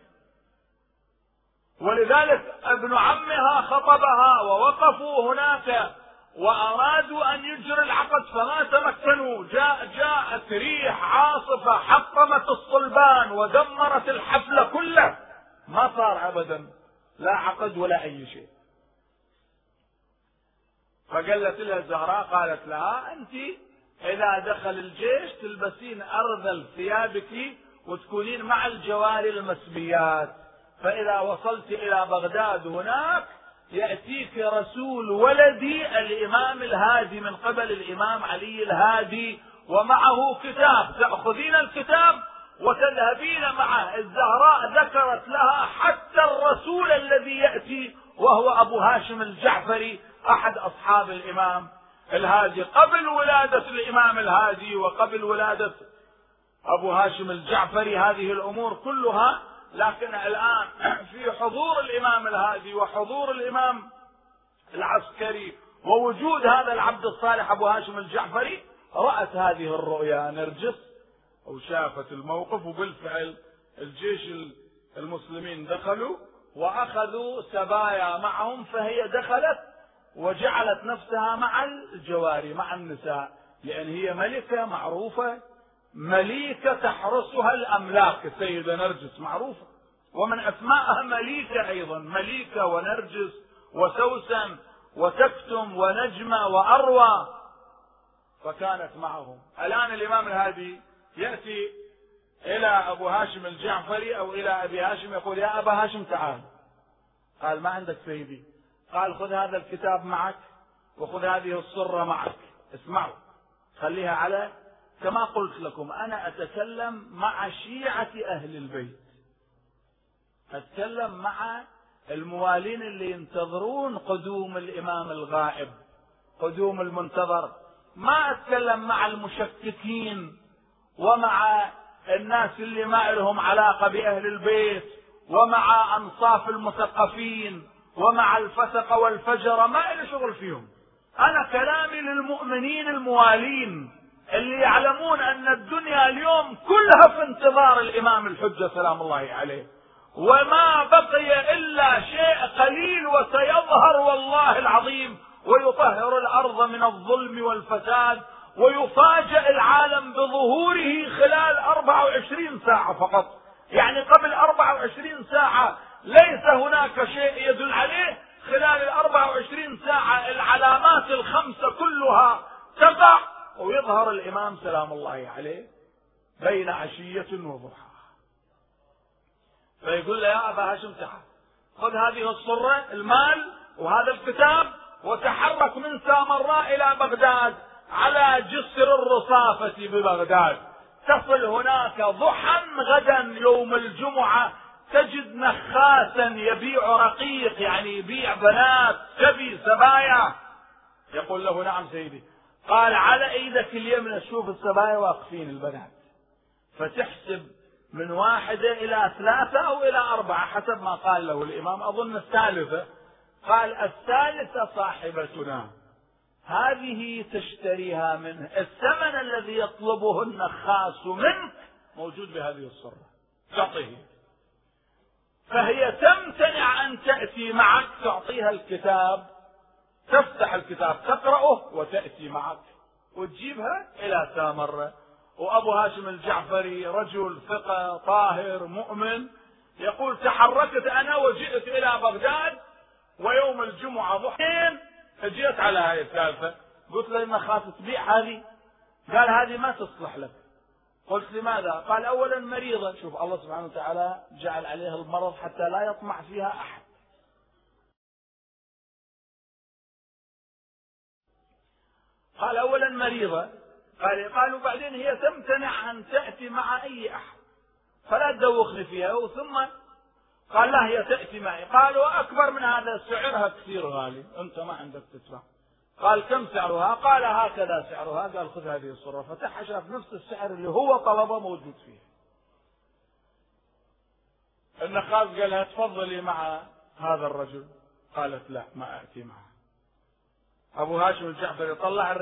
ولذلك ابن عمها خطبها ووقفوا هناك وأرادوا أن يجروا العقد فما تمكنوا. جاءت ريح عاصفة حطمت الصلبان ودمرت الحفلة كله، ما صار أبدا لا عقد ولا أي شيء. فقالت لها الزهراء قالت لها أنت إذا دخل الجيش تلبسين أرذل ثيابك وتكونين مع الجواري المسبيات، فإذا وصلت إلى بغداد هناك يأتيك رسول ولدي الإمام الهادي من قبل الإمام علي الهادي ومعه كتاب، تأخذين الكتاب وتذهبين معه. الزهراء ذكرت لها حتى الرسول الذي يأتي وهو أبو هاشم الجعفري أحد أصحاب الإمام الهادي قبل ولادة الإمام الهادي وقبل ولادة أبو هاشم الجعفري، هذه الأمور كلها. لكن الآن في حضور الإمام الهادي وحضور الإمام العسكري ووجود هذا العبد الصالح أبو هاشم الجعفري، رأت هذه الرؤيا نرجس وشافت الموقف، وبالفعل الجيش المسلمين دخلوا وأخذوا سبايا معهم، فهي دخلت وجعلت نفسها مع الجواري مع النساء، لأن هي ملكة معروفة، مليكة تحرسها الأملاك. السيدة نرجس معروفة ومن أسمائها مليكة أيضا، مليكة ونرجس وسوسن وتكتم ونجمة وأروى، فكانت معهم. الآن الإمام الهادي يأتي إلى أبو هاشم الجعفري أو إلى أبي هاشم يقول يا أبا هاشم تعال. قال ما عندك سيدي؟ قال خذ هذا الكتاب معك وخذ هذه الصرة معك، اسمعوا خليها على كما قلت لكم، أنا أتكلم مع شيعة أهل البيت، أتكلم مع الموالين اللي ينتظرون قدوم الإمام الغائب، قدوم المنتظر، ما أتكلم مع المشككين ومع الناس اللي ما لهم علاقة بأهل البيت ومع أنصاف المثقفين ومع الفسق والفجر، ما إلي شغل فيهم. أنا كلامي للمؤمنين الموالين اللي يعلمون أن الدنيا اليوم كلها في انتظار الإمام الحجة سلام الله عليه، وما بقي إلا شيء قليل وسيظهر والله العظيم ويطهر الأرض من الظلم والفساد ويفاجأ العالم بظهوره خلال 24 ساعة فقط. يعني قبل 24 ساعة ليس هناك شيء يدل عليه، خلال 24 ساعة العلامات الخمسة كلها تقع ويظهر الإمام سلام الله عليه بين عشية وضحى. فيقول له يا أبا هاشم تعال خذ هذه الصرة المال وهذا الكتاب وتحرك من سامراء إلى بغداد على جسر الرصافة ببغداد، تصل هناك ضحى غدا يوم الجمعة تجد نخاسا يبيع رقيق، يعني يبيع بنات تبي سبايا، يقول له نعم سيدي. قال على ايدك اليمنى تشوف السبايا واقفين البنات، فتحسب من 1 إلى 3 أو إلى 4 حسب ما قال له الإمام، أظن الثالثة. قال الثالثة صاحبتنا، هذه تشتريها منه، الثمن الذي يطلبه النخاس منك موجود بهذه الصورة، تعطيه. فهي تمتنع أن تأتي معك، تعطيها الكتاب، تفتح الكتاب تقرأه وتأتي معك وتجيبها إلى سامرة. وأبو هاشم الجعفري رجل ثقة طاهر مؤمن، يقول تحركت أنا وجئت إلى بغداد، ويوم الجمعة ضحين جئت على هذه الثالثة، قلت له إن خاف تبيع هذه، قال هذه ما تصلح لك. قلت لماذا؟ قال أولا مريضة، شوف الله سبحانه وتعالى جعل عليها المرض حتى لا يطمع فيها أحد. قال أولا مريضة، قالوا بعدين هي تمتنع أن تأتي مع أي أحد فلا تدوخني فيها. وثم قال لا هي تأتي معي. قالوا أكبر من هذا سعرها كثير غالي، أنت ما عندك تدفع. قال كم سعرها؟ قال هكذا سعرها. قال خذ هذه الصورة، فتحها شاف نفس السعر اللي هو طلبه موجود فيه. النخاس قال لها تفضلي مع هذا الرجل. قالت لا ما أتي معه. أبو هاشم الجعفري طلع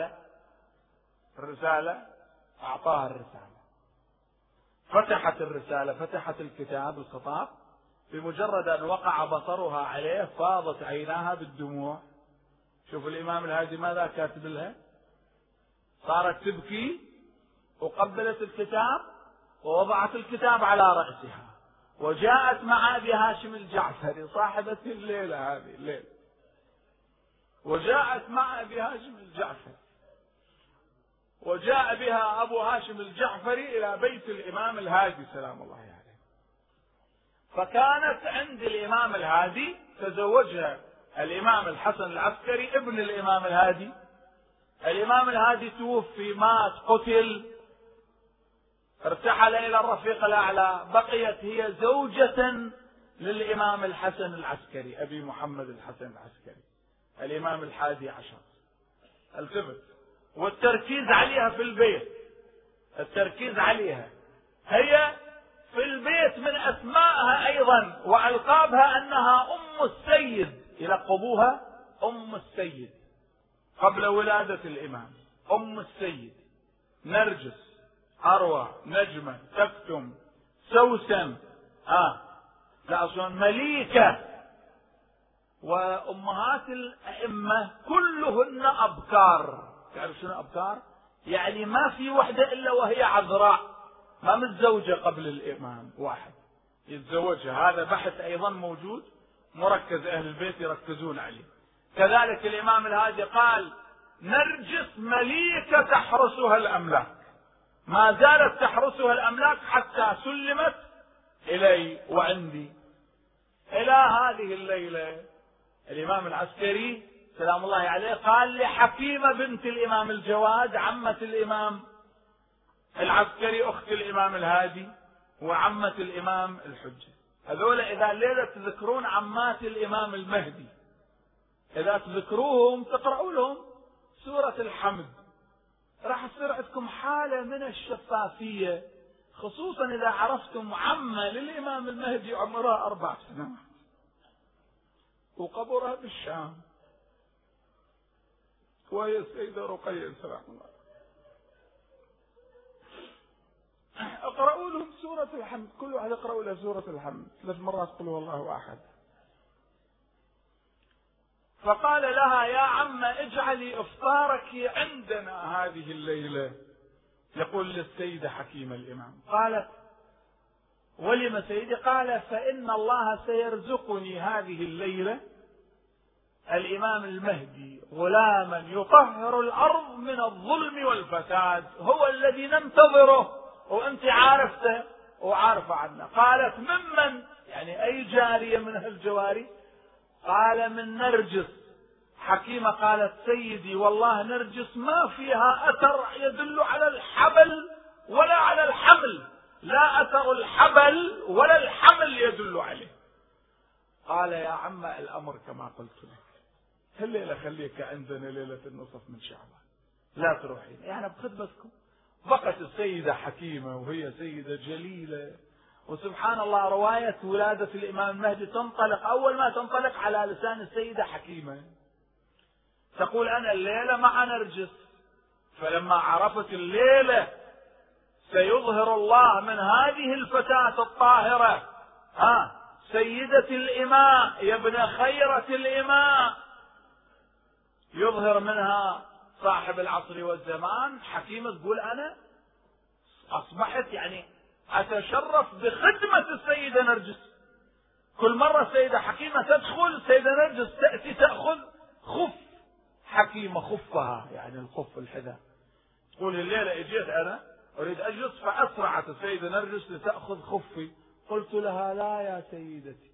الرسالة أعطاها الرسالة، فتحت الرسالة، فتحت الكتاب الخطاب، بمجرد أن وقع بصرها عليه فاضت عيناها بالدموع. شوف الإمام الهادي ماذا كاتب لها؟ صارت تبكي وقبلت الكتاب ووضعت الكتاب على رأسها، وجاءت مع أبي هاشم الجعفري صاحبة الليلة هذه الليلة، وجاءت مع أبي هاشم الجعفري، وجاء بها أبو هاشم الجعفري إلى بيت الإمام الهادي سلام الله عليه. فكانت عند الإمام الهادي، تزوجها الإمام الحسن العسكري ابن الإمام الهادي. الإمام الهادي توفي، مات، قتل، ارتحل إلى الرفيق الأعلى، بقيت هي زوجة للإمام الحسن العسكري أبي محمد الحسن العسكري الإمام الحادي عشر. التفت، والتركيز عليها في البيت، التركيز عليها هي في البيت. من أسمائها أيضا وألقابها أنها أم السيد، يلقبوها أم السيد قبل ولادة الإمام. أم السيد، نرجس، أروى، نجمة، تكتم، سوسن، لا أصلا مليكة. وأمهات الأئمة كلهن أبكار. تعرف شنو أبكار؟ يعني ما في وحدة إلا وهي عذراء، ما متزوجة قبل الإمام واحد يتزوجها. هذا بحث أيضا موجود مركز، أهل البيت يركزون عليه. كذلك الإمام الهادي قال نرجس مليكة تحرسها الأملاك، ما زالت تحرسها الأملاك حتى سلمت إلي وعندي. إلى هذه الليلة الإمام العسكري سلام الله عليه قال لحكيمة بنت الإمام الجواد عمة الإمام العسكري أخت الإمام الهادي وعمة الإمام الحجة، هذول إذا الليلة تذكرون عمات الإمام المهدي، إذا تذكروهم تقرأوا لهم سورة الحمد، راح تصير عندكم حالة من الشفافية، خصوصا إذا عرفتم عمة للإمام المهدي عمرها 4 سنوات وقبرها بالشام، وهي السيدة رقية سلام الله. اقرأوا لهم سورة الحمد، كل واحد يقرأوا له سورة الحمد 3 مرات، قل هو الله أحد. فقال لها يا عمة اجعلي افطارك عندنا هذه الليلة. يقول للسيدة حكيمة الإمام، قالت ولم سيدي؟ قال فإن الله سيرزقني هذه الليلة الإمام المهدي غلاما يطهر الأرض من الظلم والفساد، هو الذي ننتظره وأنت عارفته وعارفة عنه. قالت ممن؟ يعني أي جارية من هالجواري؟ قال من نرجس. حكيمة قالت سيدي والله نرجس ما فيها أثر يدل على الحبل ولا على الحمل، لا أثر الحبل ولا الحمل يدل عليه. قال يا عم الأمر كما قلت لك، هالليلة خليك عندنا ليلة النصف من شعبان، لا تروحين يعني بخدمتكم. بقت السيدة حكيمة وهي سيدة جليلة، وسبحان الله رواية ولادة الإمام المهدي تنطلق أول ما تنطلق على لسان السيدة حكيمة، تقول أنا الليلة مع نرجس. فلما عرفت الليلة سيظهر الله من هذه الفتاة الطاهرة سيدة الإماء يا ابن خيرة الإماء، يظهر منها صاحب العصر والزمان، حكيمة تقول أنا أصبحت يعني أتشرف بخدمة السيدة نرجس. كل مرة السيدة حكيمة تدخل السيدة نرجس تأتي تأخذ خف حكيمة خفها، يعني الخف الحذاء. تقول الليلة اجيت أنا أريد أجلس فأسرعت السيدة نرجس لتأخذ خفي، قلت لها لا يا سيدتي.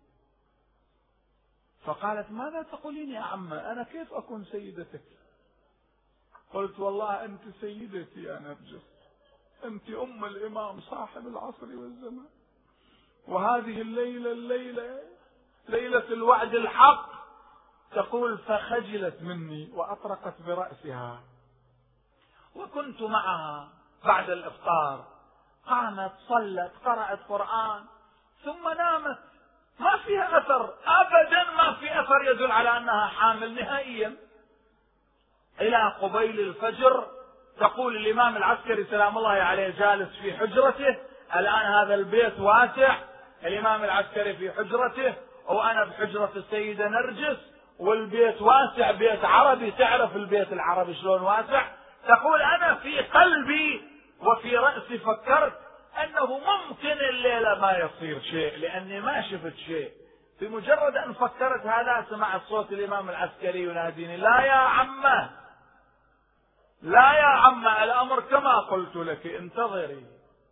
فقالت ماذا تقولين يا عمة، أنا كيف أكون سيدتك؟ قلت والله أنت سيدتي يا نرجس، أنت أم الإمام صاحب العصر والزمان، وهذه الليلة ليلة الوعد الحق. تقول فخجلت مني وأطرقت برأسها، وكنت معها بعد الإفطار، قامت صلت قرأت قرآن ثم نامت. ما فيها أثر أبدا، ما في أثر يدل على أنها حامل نهائيا. إلى قبيل الفجر تقول الإمام العسكري سلام الله عليه جالس في حجرته، الآن هذا البيت واسع، الإمام العسكري في حجرته وأنا بحجرة السيدة نرجس، والبيت واسع بيت عربي، تعرف البيت العربي شلون واسع. تقول أنا في قلبي وفي رأسي فكرت أنه ممكن الليلة ما يصير شيء لأني ما شفت شيء. في مجرد أن فكرت هذا سمعت صوت الإمام العسكري يناديني لا يا عمه لا يا عمه، الأمر كما قلت لك انتظري.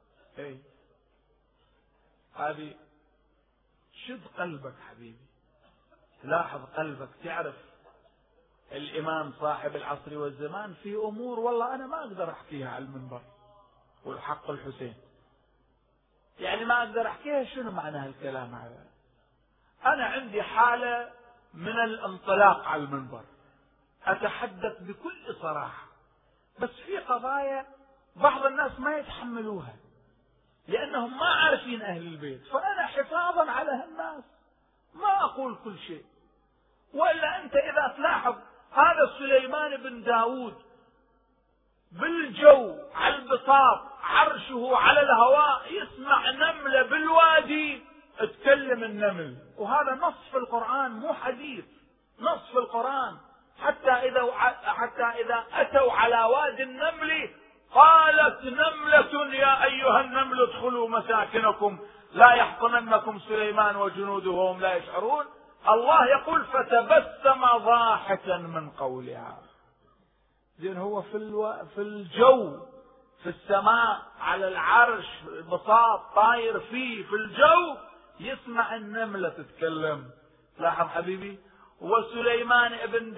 هذه شد قلبك حبيبي، لاحظ قلبك، تعرف الإمام صاحب العصر والزمان في أمور والله أنا ما أقدر أحكيها على المنبر، والحق الحسين يعني ما أقدر أحكيها. شنو معنى هالكلام هذا؟ أنا عندي حالة من الانطلاق على المنبر، أتحدث بكل صراحة، بس في قضايا بعض الناس ما يتحملوها لأنهم ما عارفين أهل البيت، فأنا حفاظا على هالناس ما أقول كل شيء. وإلا أنت إذا تلاحظ هذا سليمان بن داود بالجو على البساط عرشه على الهواء، يسمع نملة بالوادي تكلم النمل، وهذا نص في القرآن مو حديث، نص في القرآن. حتى إذا أتوا على وادي النمل قالت نملة يا أيها النمل ادخلوا مساكنكم لا يحطمنكم سليمان وجنوده وهم لا يشعرون. الله يقول فتبسم ضاحكا من قولها. زين هو في الجو في السماء على العرش البساط طاير فيه في الجو يسمع النملة تتكلم. لاحظ حبيبي، وسليمان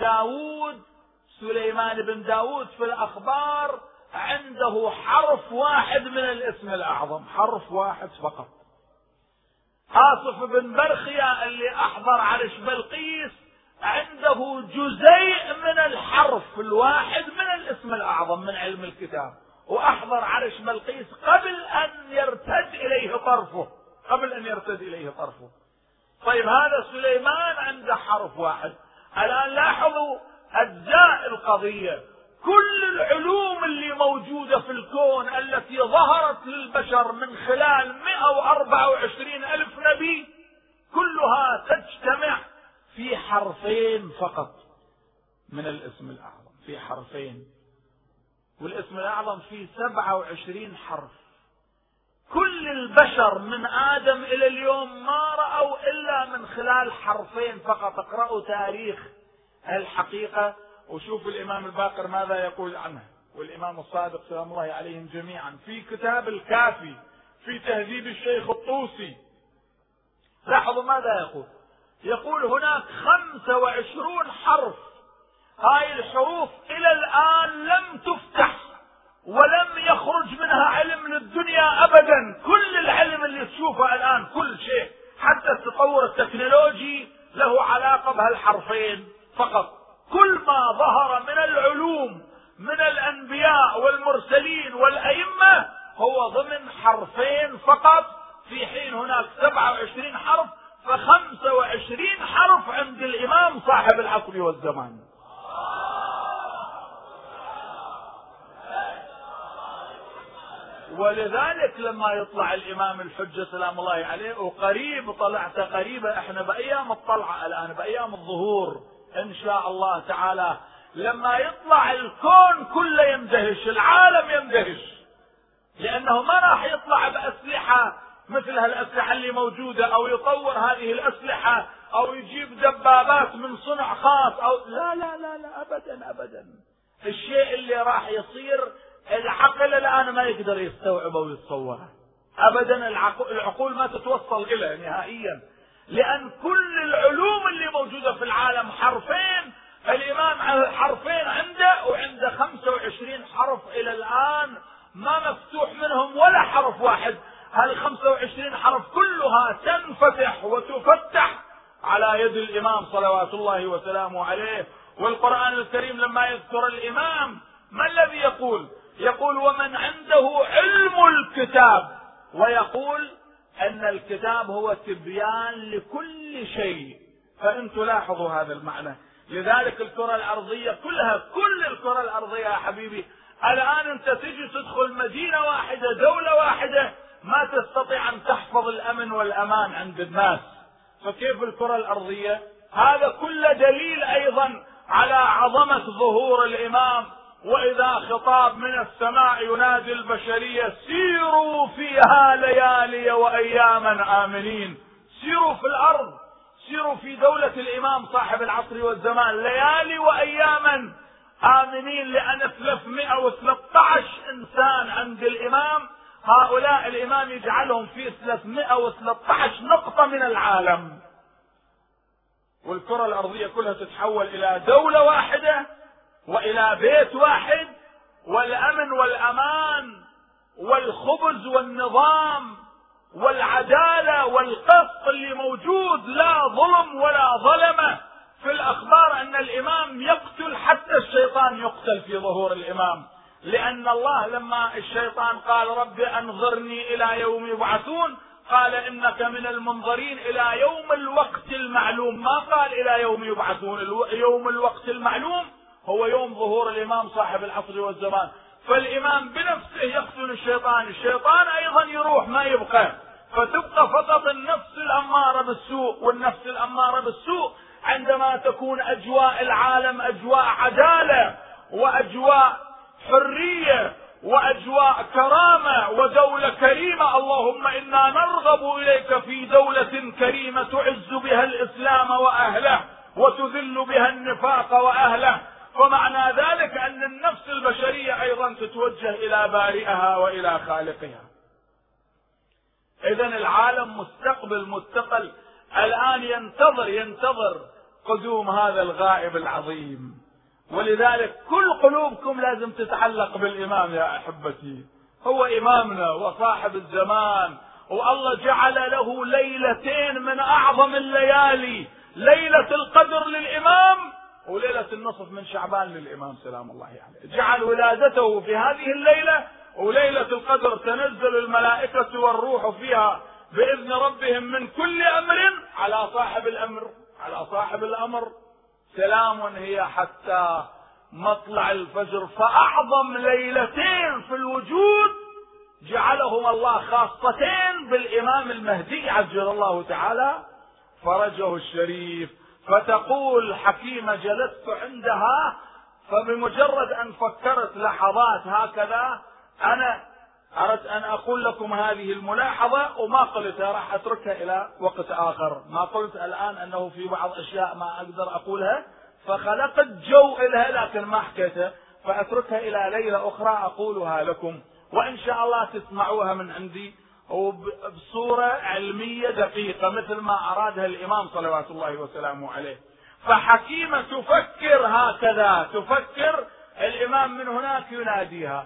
بن داود في الأخبار عنده حرف واحد من الاسم الأعظم، حرف واحد فقط. آصف بن برخيا اللي أحضر عرش بلقيس عنده جزيء من الحرف الواحد من الاسم الأعظم من علم الكتاب، وأحضر عرش بلقيس قبل أن يرتد إليه طرفه. طيب هذا سليمان عنده حرف واحد. الآن لاحظوا أجزاء القضية، كل العلوم اللي موجودة في الكون التي ظهرت للبشر من خلال 124 ألف نبي كلها تجتمع في حرفين فقط من الاسم الأعظم، في حرفين، والاسم الأعظم فيه 27 حرف. كل البشر من آدم إلى اليوم ما رأوا إلا من خلال حرفين فقط. اقرأوا تاريخ الحقيقة وشوفوا الإمام الباقر ماذا يقول عنه، والإمام الصادق سلام الله عليهم جميعا في كتاب الكافي في تهذيب الشيخ الطوسي. لاحظوا ماذا يقول هناك 25 حرف، هاي الحروف إلى الآن لم تفتح ولم يخرج منها علم للدنيا أبدا. كل العلم اللي تشوفه الآن، كل شيء، حتى التطور التكنولوجي له علاقة بهالحرفين فقط. كل ما ظهر من العلوم من الأنبياء والمرسلين والأئمة هو ضمن حرفين فقط، في حين هناك 27 حرف، ف25 حرف عند الإمام صاحب العصر والزمان. ولذلك لما يطلع الإمام الحجة سلام الله عليه، وقريب طلعت قريبة، احنا بأيام الطلعة الآن، بأيام الظهور إن شاء الله تعالى، لما يطلع الكون كله يندهش، العالم يندهش، لأنه ما راح يطلع بأسلحة مثل هالأسلحة اللي موجودة، أو يطور هذه الأسلحة، أو يجيب دبابات من صنع خاص، أو لا لا لا لا أبدا أبدا. الشيء اللي راح يصير العقل الآن ما يقدر يستوعبه ويتصوره أبدا. العقول ما تتوصل إليه نهائيا، لأن كل العلوم اللي موجودة في العالم حرفين. الإمام حرفين عنده، وعنده 25 حرف إلى الآن ما مفتوح منهم ولا حرف واحد. هال 25 حرف كلها تنفتح وتفتح على يد الإمام صلوات الله وسلامه عليه. والقرآن الكريم لما يذكر الإمام ما الذي يقول؟ يقول ومن عنده علم الكتاب، ويقول أن الكتاب هو تبيان لكل شيء. فإن تلاحظوا هذا المعنى، لذلك الكرة الأرضية كلها، كل الكرة الأرضية يا حبيبي الآن أنت تجي تدخل مدينة واحدة، دولة واحدة، ما تستطيع أن تحفظ الأمن والأمان عند الناس. فكيف الكرة الأرضية؟ هذا كله دليل أيضا على عظمة ظهور الإمام. وإذا خطاب من السماء ينادي البشرية سيروا فيها ليالي وأياما آمنين. سيروا في الأرض، سيروا في دولة الإمام صاحب العصر والزمان ليالي وأياما آمنين، لأن 313 إنسان عند الإمام، هؤلاء الإمام يجعلهم في 313 نقطة من العالم، والكرة الأرضية كلها تتحول إلى دولة واحدة وإلى بيت واحد، والأمن والأمان والخبز والنظام والعدالة والقسط اللي موجود، لا ظلم ولا ظلمة. في الأخبار أن الإمام يقتل، حتى الشيطان يقتل في ظهور الإمام، لأن الله لما الشيطان قال رب أنظرني إلى يوم يبعثون، قال إنك من المنظرين إلى يوم الوقت المعلوم، ما قال إلى يوم يبعثون. يوم الوقت المعلوم هو يوم ظهور الإمام صاحب العصر والزمان. فالإمام بنفسه يقتل الشيطان، الشيطان أيضا يروح ما يبقى، فتبقى فقط النفس الأمارة بالسوء. والنفس الأمارة بالسوء عندما تكون أجواء العالم أجواء عدالة وأجواء حرية وأجواء كرامة ودولة كريمة، اللهم إنا نرغب إليك في دولة كريمة تعز بها الإسلام وأهله وتذل بها النفاق وأهله. فمعنى ذلك أن النفس البشرية أيضا تتوجه إلى بارئها وإلى خالقها. إذن العالم مستقبل متقل الآن، ينتظر قدوم هذا الغائب العظيم. ولذلك كل قلوبكم لازم تتعلق بالإمام يا أحبتي، هو إمامنا وصاحب الزمان. والله جعل له ليلتين من أعظم الليالي، ليلة القدر للإمام وليلة النصف من شعبان للإمام سلام الله عليه. جعل ولادته في هذه الليلة، وليلة القدر تنزل الملائكة والروح فيها بإذن ربهم من كل أمر على صاحب الأمر سلام هي حتى مطلع الفجر. فأعظم ليلتين في الوجود جعلهم الله خاصتين بالإمام المهدي عجل الله تعالى فرجه الشريف. فتقول حكيمة جلست عندها، فبمجرد أن فكرت لحظات هكذا أنا أردت أن أقول لكم هذه الملاحظة، وما قلتها، راح أتركها إلى وقت آخر. ما قلت الآن أنه في بعض أشياء ما أقدر أقولها، فخلقت جو إلها لكن ما حكيتها، فأتركها إلى ليلة أخرى أقولها لكم، وإن شاء الله تسمعوها من عندي وبصورة علمية دقيقة مثل ما أرادها الإمام صلوات الله وسلامه عليه. فحكيمة تفكر هكذا، تفكر الإمام من هناك يناديها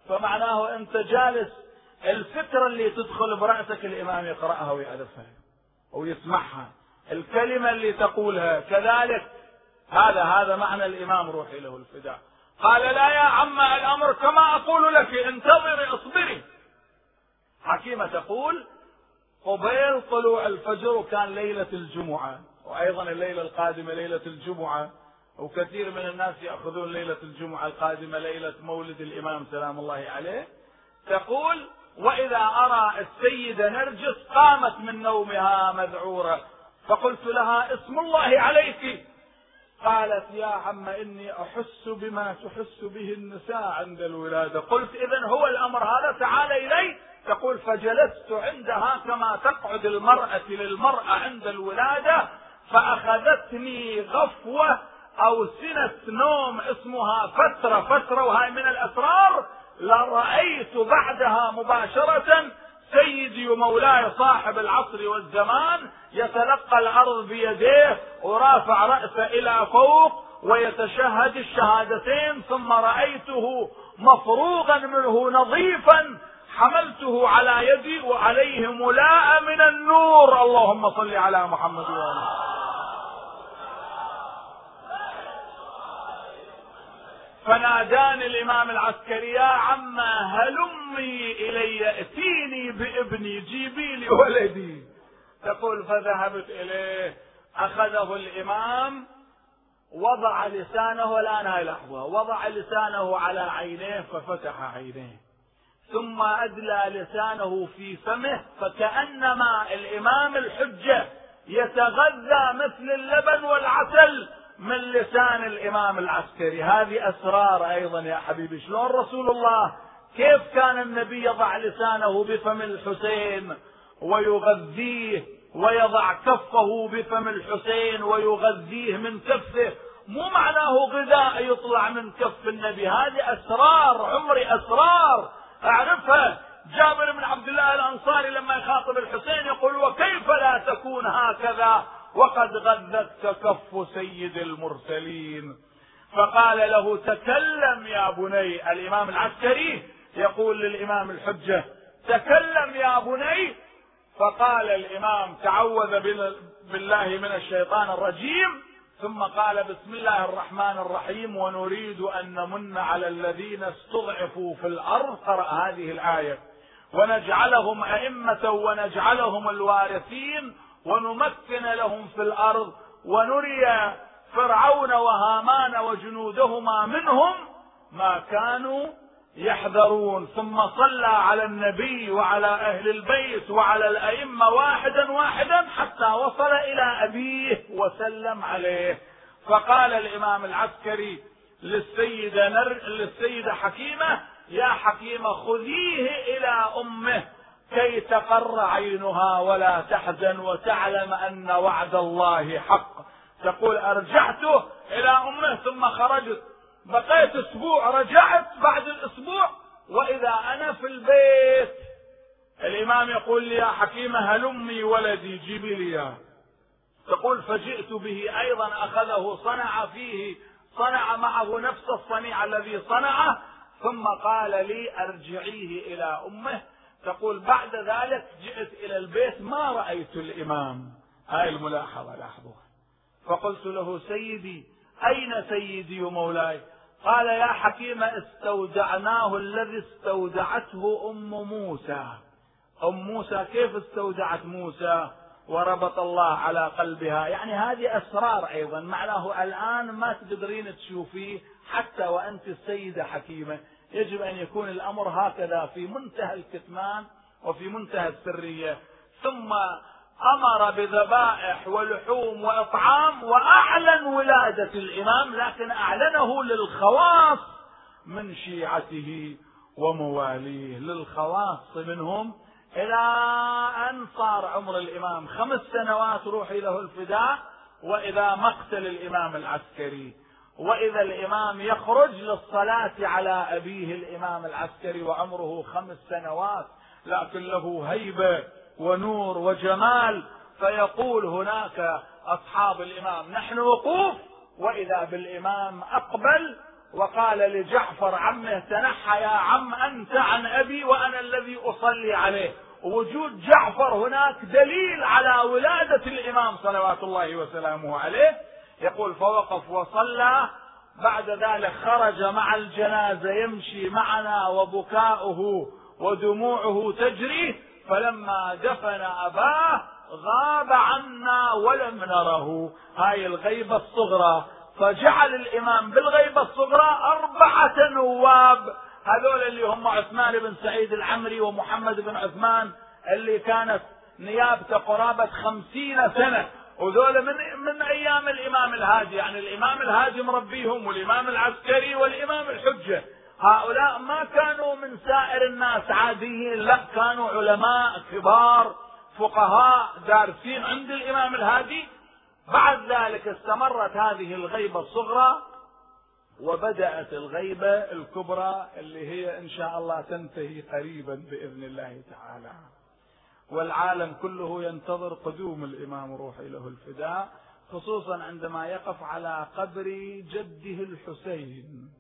فمعناه أنت جالس الفكرة اللي تدخل برأسك الإمام يقرأها ويعرفها ويسمعها، الكلمة اللي تقولها كذلك. هذا معنى الإمام روحي له الفداء. قال لا يا عم الأمر كما أقول لك، انتظري اصبري. حكيمة تقول قبيل طلوع الفجر، وكان ليلة الجمعة، وأيضا الليلة القادمة ليلة الجمعة، وكثير من الناس يأخذون ليلة الجمعة القادمة ليلة مولد الإمام سلام الله عليه. تقول وإذا أرى السيدة نرجس قامت من نومها مذعورة، فقلت لها اسم الله عليك. قالت يا عم إني أحس بما تحس به النساء عند الولادة. قلت إذن هو الأمر هذا، تعال إلي. تقول فجلست عندها كما تقعد المرأة للمرأة عند الولادة، فأخذتني غفوة أو سنة نوم اسمها فترة، وهي من الأسرار. لرأيت بعدها مباشرة سيدي ومولاي صاحب العصر والزمان يتلقى الأرض بيديه ورافع رأسه إلى فوق ويتشهد الشهادتين، ثم رأيته مفروغا منه نظيفا، حملته على يدي وعليه ملاء من النور. اللهم صل على محمد وآله. فناداني الإمام العسكري يا عما هلمي إلي، ائتيني بابني، جيبي لي ولدي. تقول فذهبت إليه، أخذه الإمام وضع لسانه، الآن هاي لحظة، وضع لسانه على عينيه ففتح عينيه، ثم أدلى لسانه في فمه، فكأنما الإمام الحجة يتغذى مثل اللبن والعسل من لسان الإمام العسكري. هذه أسرار أيضا يا حبيبي. شلون رسول الله كيف كان النبي يضع لسانه بفم الحسين ويغذيه، ويضع كفه بفم الحسين ويغذيه من كفه، مو معناه غذاء يطلع من كف النبي، هذه أسرار عمري، أسرار أعرفها. جابر بن عبد الله الأنصاري لما يخاطب الحسين يقول وكيف لا تكون هكذا وقد غذتك كف سيد المرسلين. فقال له تكلم يا بني. الإمام العسكري يقول للإمام الحجة تكلم يا بني. فقال الإمام تعوذ بالله من الشيطان الرجيم، ثم قال بسم الله الرحمن الرحيم ونريد أن نمن على الذين استضعفوا في الأرض. قرأ هذه الآية ونجعلهم أئمة ونجعلهم الوارثين ونمكن لهم في الأرض ونري فرعون وهامان وجنودهما منهم ما كانوا يحذرون. ثم صلى على النبي وعلى أهل البيت وعلى الأئمة واحدا واحدا حتى وصل إلى أبيه وسلم عليه. فقال الإمام العسكري للسيدة حكيمة يا حكيمة خذيه إلى أمه كي تقر عينها ولا تحزن وتعلم أن وعد الله حق. تقول أرجعته إلى أمه ثم خرجت، بقيت أسبوع، رجعت بعد الأسبوع وإذا أنا في البيت الإمام يقول لي يا حكيمة هلمي ولدي جيبي لي إياه. تقول فجئت به أيضا أخذه صنع معه نفس الصنيع الذي صنعه، ثم قال لي أرجعيه إلى أمه. تقول بعد ذلك جئت إلى البيت ما رأيت الإمام. هاي الملاحظة لاحظوها. فقلت له سيدي أين سيدي ومولاي؟ قال يا حكيمة استودعناه الذي استودعته أم موسى. أم موسى كيف استودعت موسى وربط الله على قلبها؟ يعني هذه أسرار أيضا معناه الآن ما تقدرين تشوفيه حتى وأنت السيدة حكيمة. يجب أن يكون الأمر هكذا في منتهى الكتمان وفي منتهى السرية. ثم أمر بذبائح ولحوم وإطعام وأعلن ولادة الإمام، لكن أعلنه للخواص من شيعته ومواليه، للخواص منهم، إلى أن صار عمر الإمام 5 سنوات روحي له الفداء، وإذا مقتل الإمام العسكري، وإذا الإمام يخرج للصلاة على أبيه الإمام العسكري وعمره 5 سنوات، لكن له هيبة ونور وجمال. فيقول هناك أصحاب الإمام نحن وقوف، وإذا بالإمام أقبل وقال لجعفر عمه: تنحى يا عم أنت عن أبي وأنا الذي أصلي عليه. ووجود جعفر هناك دليل على ولادة الإمام صلوات الله وسلامه عليه. يقول: فوقف وصلى، بعد ذلك خرج مع الجنازة يمشي معنا وبكاؤه ودموعه تجري، فلما دفن أباه غاب عنا ولم نره. هاي الغيبة الصغرى. فجعل الإمام بالغيبة الصغرى 4 نواب، هذول اللي هم عثمان بن سعيد العمري ومحمد بن عثمان اللي كانت نيابته قرابة 50 سنة، وذول من أيام الإمام الهادي. يعني الإمام الهادي مربيهم، والإمام العسكري والإمام الحجة. هؤلاء ما كانوا من سائر الناس عاديين، لا، كانوا علماء كبار فقهاء دارسين عند الإمام الهادي. بعد ذلك استمرت هذه الغيبة الصغرى، وبدأت الغيبة الكبرى اللي هي إن شاء الله تنتهي قريبا بإذن الله تعالى. والعالم كله ينتظر قدوم الإمام روحي له الفداء، خصوصا عندما يقف على قبر جده الحسين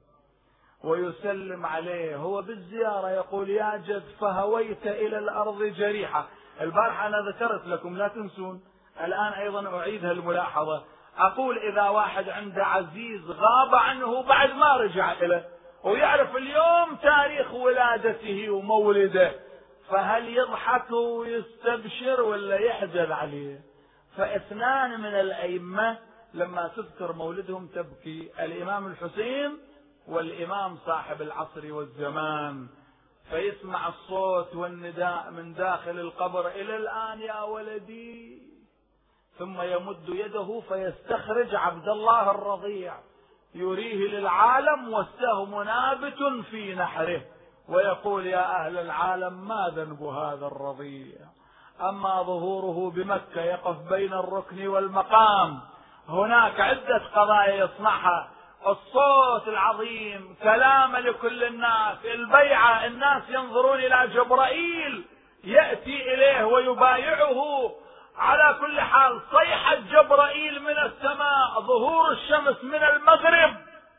ويسلم عليه. هو بالزيارة يقول: يا جد فهويت إلى الأرض جريحة. البارحة أنا ذكرت لكم، لا تنسون، الآن أيضا أعيدها الملاحظة. أقول: إذا واحد عنده عزيز غاب عنه بعد ما رجع إليه ويعرف اليوم تاريخ ولادته ومولده، فهل يضحك ويستبشر ولا يحزن عليه؟ فاثنان من الأئمة لما تذكر مولدهم تبكي: الإمام الحسين والإمام صاحب العصر والزمان. فيسمع الصوت والنداء من داخل القبر: إلى الآن يا ولدي. ثم يمد يده فيستخرج عبد الله الرضيع يريه للعالم والسهم نابت في نحره، ويقول: يا أهل العالم ما ذنب هذا الرضيع؟ أما ظهوره بمكة يقف بين الركن والمقام، هناك عدة قضايا يصنعها: الصوت العظيم، كلام لكل الناس، البيعة، الناس ينظرون إلى جبرائيل يأتي إليه ويبايعه. على كل حال صيحة جبرائيل من السماء، ظهور الشمس من المغرب،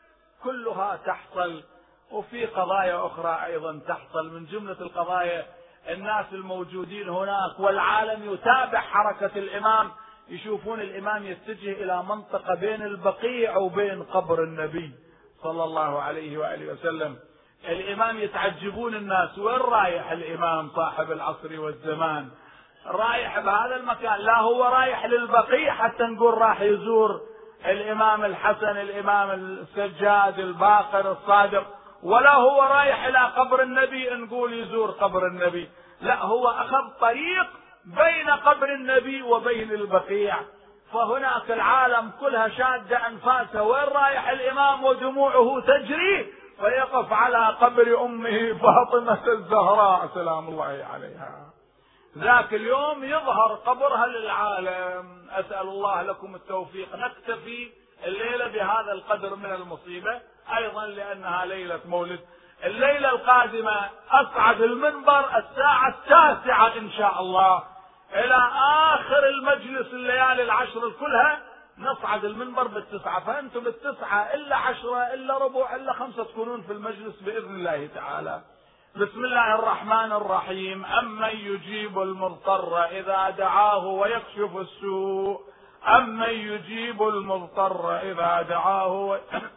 كلها تحصل. وفي قضايا أخرى أيضا تحصل. من جملة القضايا الناس الموجودين هناك والعالم يتابع حركة الإمام، يشوفون الإمام يتجه إلى منطقة بين البقيع وبين قبر النبي صلى الله عليه وآله وسلم. الإمام يتعجبون الناس: وين رايح الإمام صاحب العصر والزمان؟ رايح بهذا المكان، لا هو رايح للبقيع حتى نقول راح يزور الإمام الحسن، الإمام السجاد الباقر الصادق، ولا هو رايح إلى قبر النبي نقول يزور قبر النبي، لا، هو أخذ طريق بين قبر النبي وبين البقيع. فهناك العالم كلها شادة أنفاسه: وين رايح الإمام؟ ودموعه تجري، فيقف على قبر أمه فاطمة الزهراء سلام الله عليها. ذاك اليوم يظهر قبرها للعالم. أسأل الله لكم التوفيق. نكتفي الليلة بهذا القدر من المصيبة، أيضا لأنها ليلة مولد. الليلة القادمة أصعد المنبر الساعة 9 إن شاء الله، إلى آخر المجلس الليالي العشر كلها نصعد المنبر 9، فأنتم 9 إلا 10 إلا ربع إلا 5 تكونون في المجلس بإذن الله تعالى. بسم الله الرحمن الرحيم. أمن يجيب المضطر إذا دعاه ويكشف السوء، أمن يجيب المضطر إذا دعاه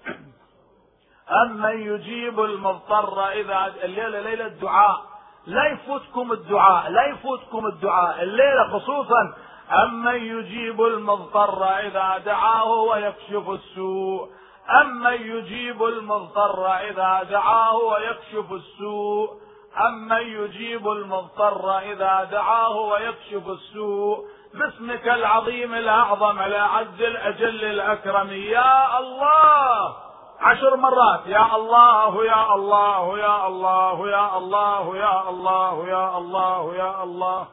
أمن يجيب المضطر إذا. الليلة ليلة الدعاء، لا يفوتكم الدعاء، لا يفوتكم الدعاء الليلة خصوصا. أمن يجيب المضطر إذا دعاه ويكشف السوء، أمن يجيب المضطر إذا دعاه ويكشف السوء، أمن يجيب المضطر إذا دعاه ويكشف السوء. باسمك العظيم الأعظم الأعز الأجل الأكرم يا الله. 10 مرات: يا الله يا الله يا الله يا الله يا الله يا الله يا الله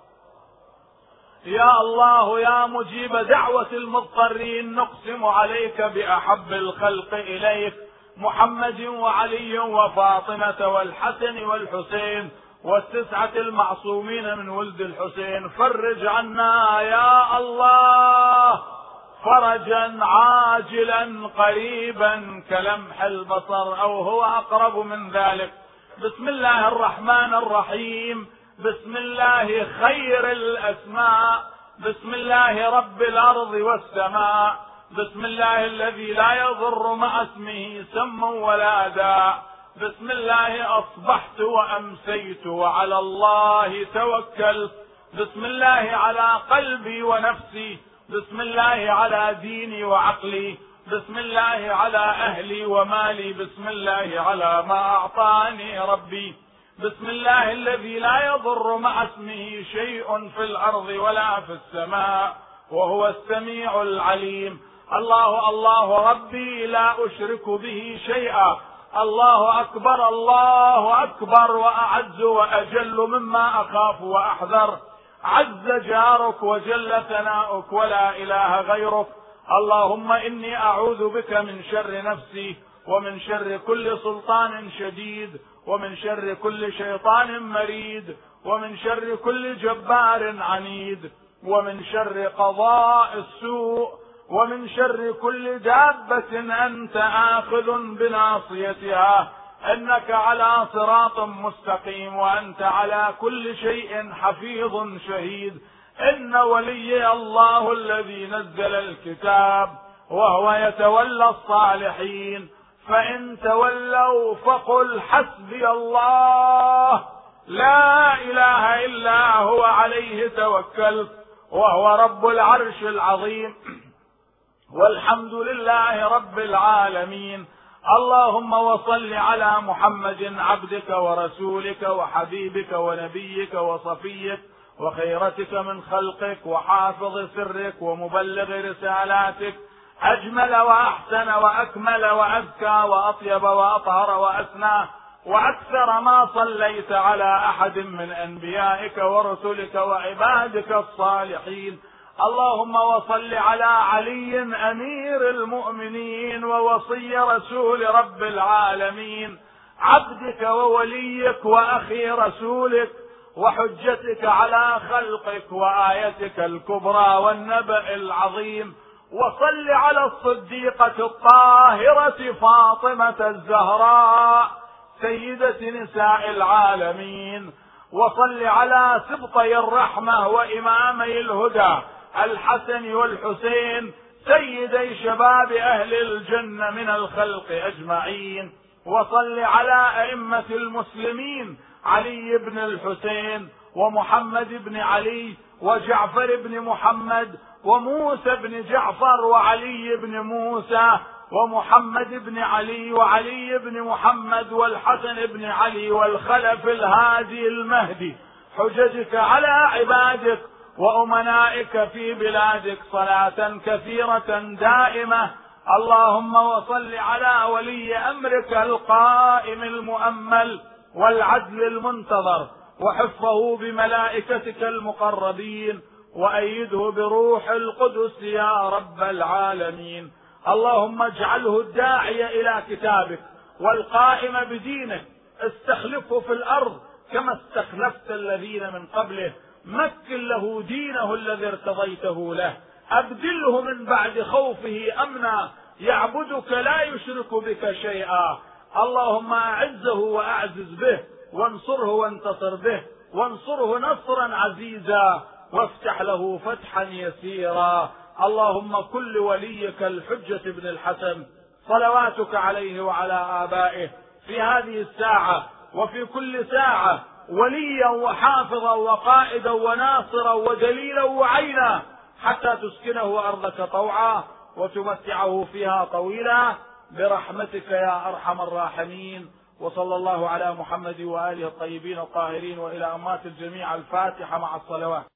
يا الله يا مجيب دعوة المضطرين. نقسم عليك بأحب الخلق إليك محمد وعلي وفاطمة والحسن والحسين وال9 المعصومين من ولد الحسين. فرج عنا يا الله، فرجا عاجلا قريبا كلمح البصر أو هو أقرب من ذلك. بسم الله الرحمن الرحيم، بسم الله خير الأسماء، بسم الله رب الأرض والسماء، بسم الله الذي لا يضر مع اسمه سم ولا داء، بسم الله أصبحت وأمسيت وعلى الله توكلت، بسم الله على قلبي ونفسي، بسم الله على ديني وعقلي، بسم الله على أهلي ومالي، بسم الله على ما أعطاني ربي، بسم الله الذي لا يضر مع اسمه شيء في الأرض ولا في السماء وهو السميع العليم. الله الله ربي لا أشرك به شيئا. الله أكبر الله أكبر وأعز وأجل مما أخاف وأحذر. عز جارك وجل ثناؤك ولا إله غيرك. اللهم إني أعوذ بك من شر نفسي ومن شر كل سلطان شديد ومن شر كل شيطان مريد ومن شر كل جبار عنيد ومن شر قضاء السوء ومن شر كل دابة أنت آخذ بناصيتها إنك على صراط مستقيم وأنت على كل شيء حفيظ شهيد. إن ولي الله الذي نزل الكتاب وهو يتولى الصالحين، فإن تولوا فقل حسبي الله لا إله إلا هو عليه توكلت وهو رب العرش العظيم والحمد لله رب العالمين. اللهم وصل على محمد عبدك ورسولك وحبيبك ونبيك وصفيك وخيرتك من خلقك وحافظ سرك ومبلغ رسالاتك، أجمل وأحسن وأكمل وأزكى وأطيب وأطهر وأسنى وأكثر ما صليت على أحد من أنبيائك ورسلك وعبادك الصالحين. اللهم وصل على علي أمير المؤمنين ووصي رسول رب العالمين، عبدك ووليك وأخي رسولك وحجتك على خلقك وآيتك الكبرى والنبأ العظيم. وصل على الصديقة الطاهرة فاطمة الزهراء سيدة نساء العالمين. وصل على سبطي الرحمة وإمامي الهدى الحسن والحسين سيدي شباب أهل الجنة من الخلق أجمعين. وصل على أئمة المسلمين علي بن الحسين ومحمد بن علي وجعفر بن محمد وموسى بن جعفر وعلي بن موسى ومحمد بن علي وعلي بن محمد والحسن بن علي والخلف الهادي المهدي، حججك على عبادك وأمنائك في بلادك صلاة كثيرة دائمة. اللهم وصل على ولي أمرك القائم المؤمل والعدل المنتظر وحفظه بملائكتك المقربين وأيده بروح القدس يا رب العالمين. اللهم اجعله الداعي إلى كتابك والقائم بدينك، استخلفه في الأرض كما استخلفت الذين من قبله، مكن له دينه الذي ارتضيته له، أبدله من بعد خوفه أمنا يعبدك لا يشرك بك شيئا. اللهم أعزه وأعزز به وانصره وانتصر به وانصره نصرا عزيزا وافتح له فتحا يسيرا. اللهم كل وليك الحجة بن الحسن صلواتك عليه وعلى آبائه في هذه الساعة وفي كل ساعة وليا وحافظا وقائدا وناصرا ودليلا وعينا حتى تسكنه أرضك طوعا وتمتعه فيها طويلا برحمتك يا أرحم الراحمين. وصلى الله على محمد وآله الطيبين الطاهرين وإلى أمات الجميع. الفاتحة مع الصلوات.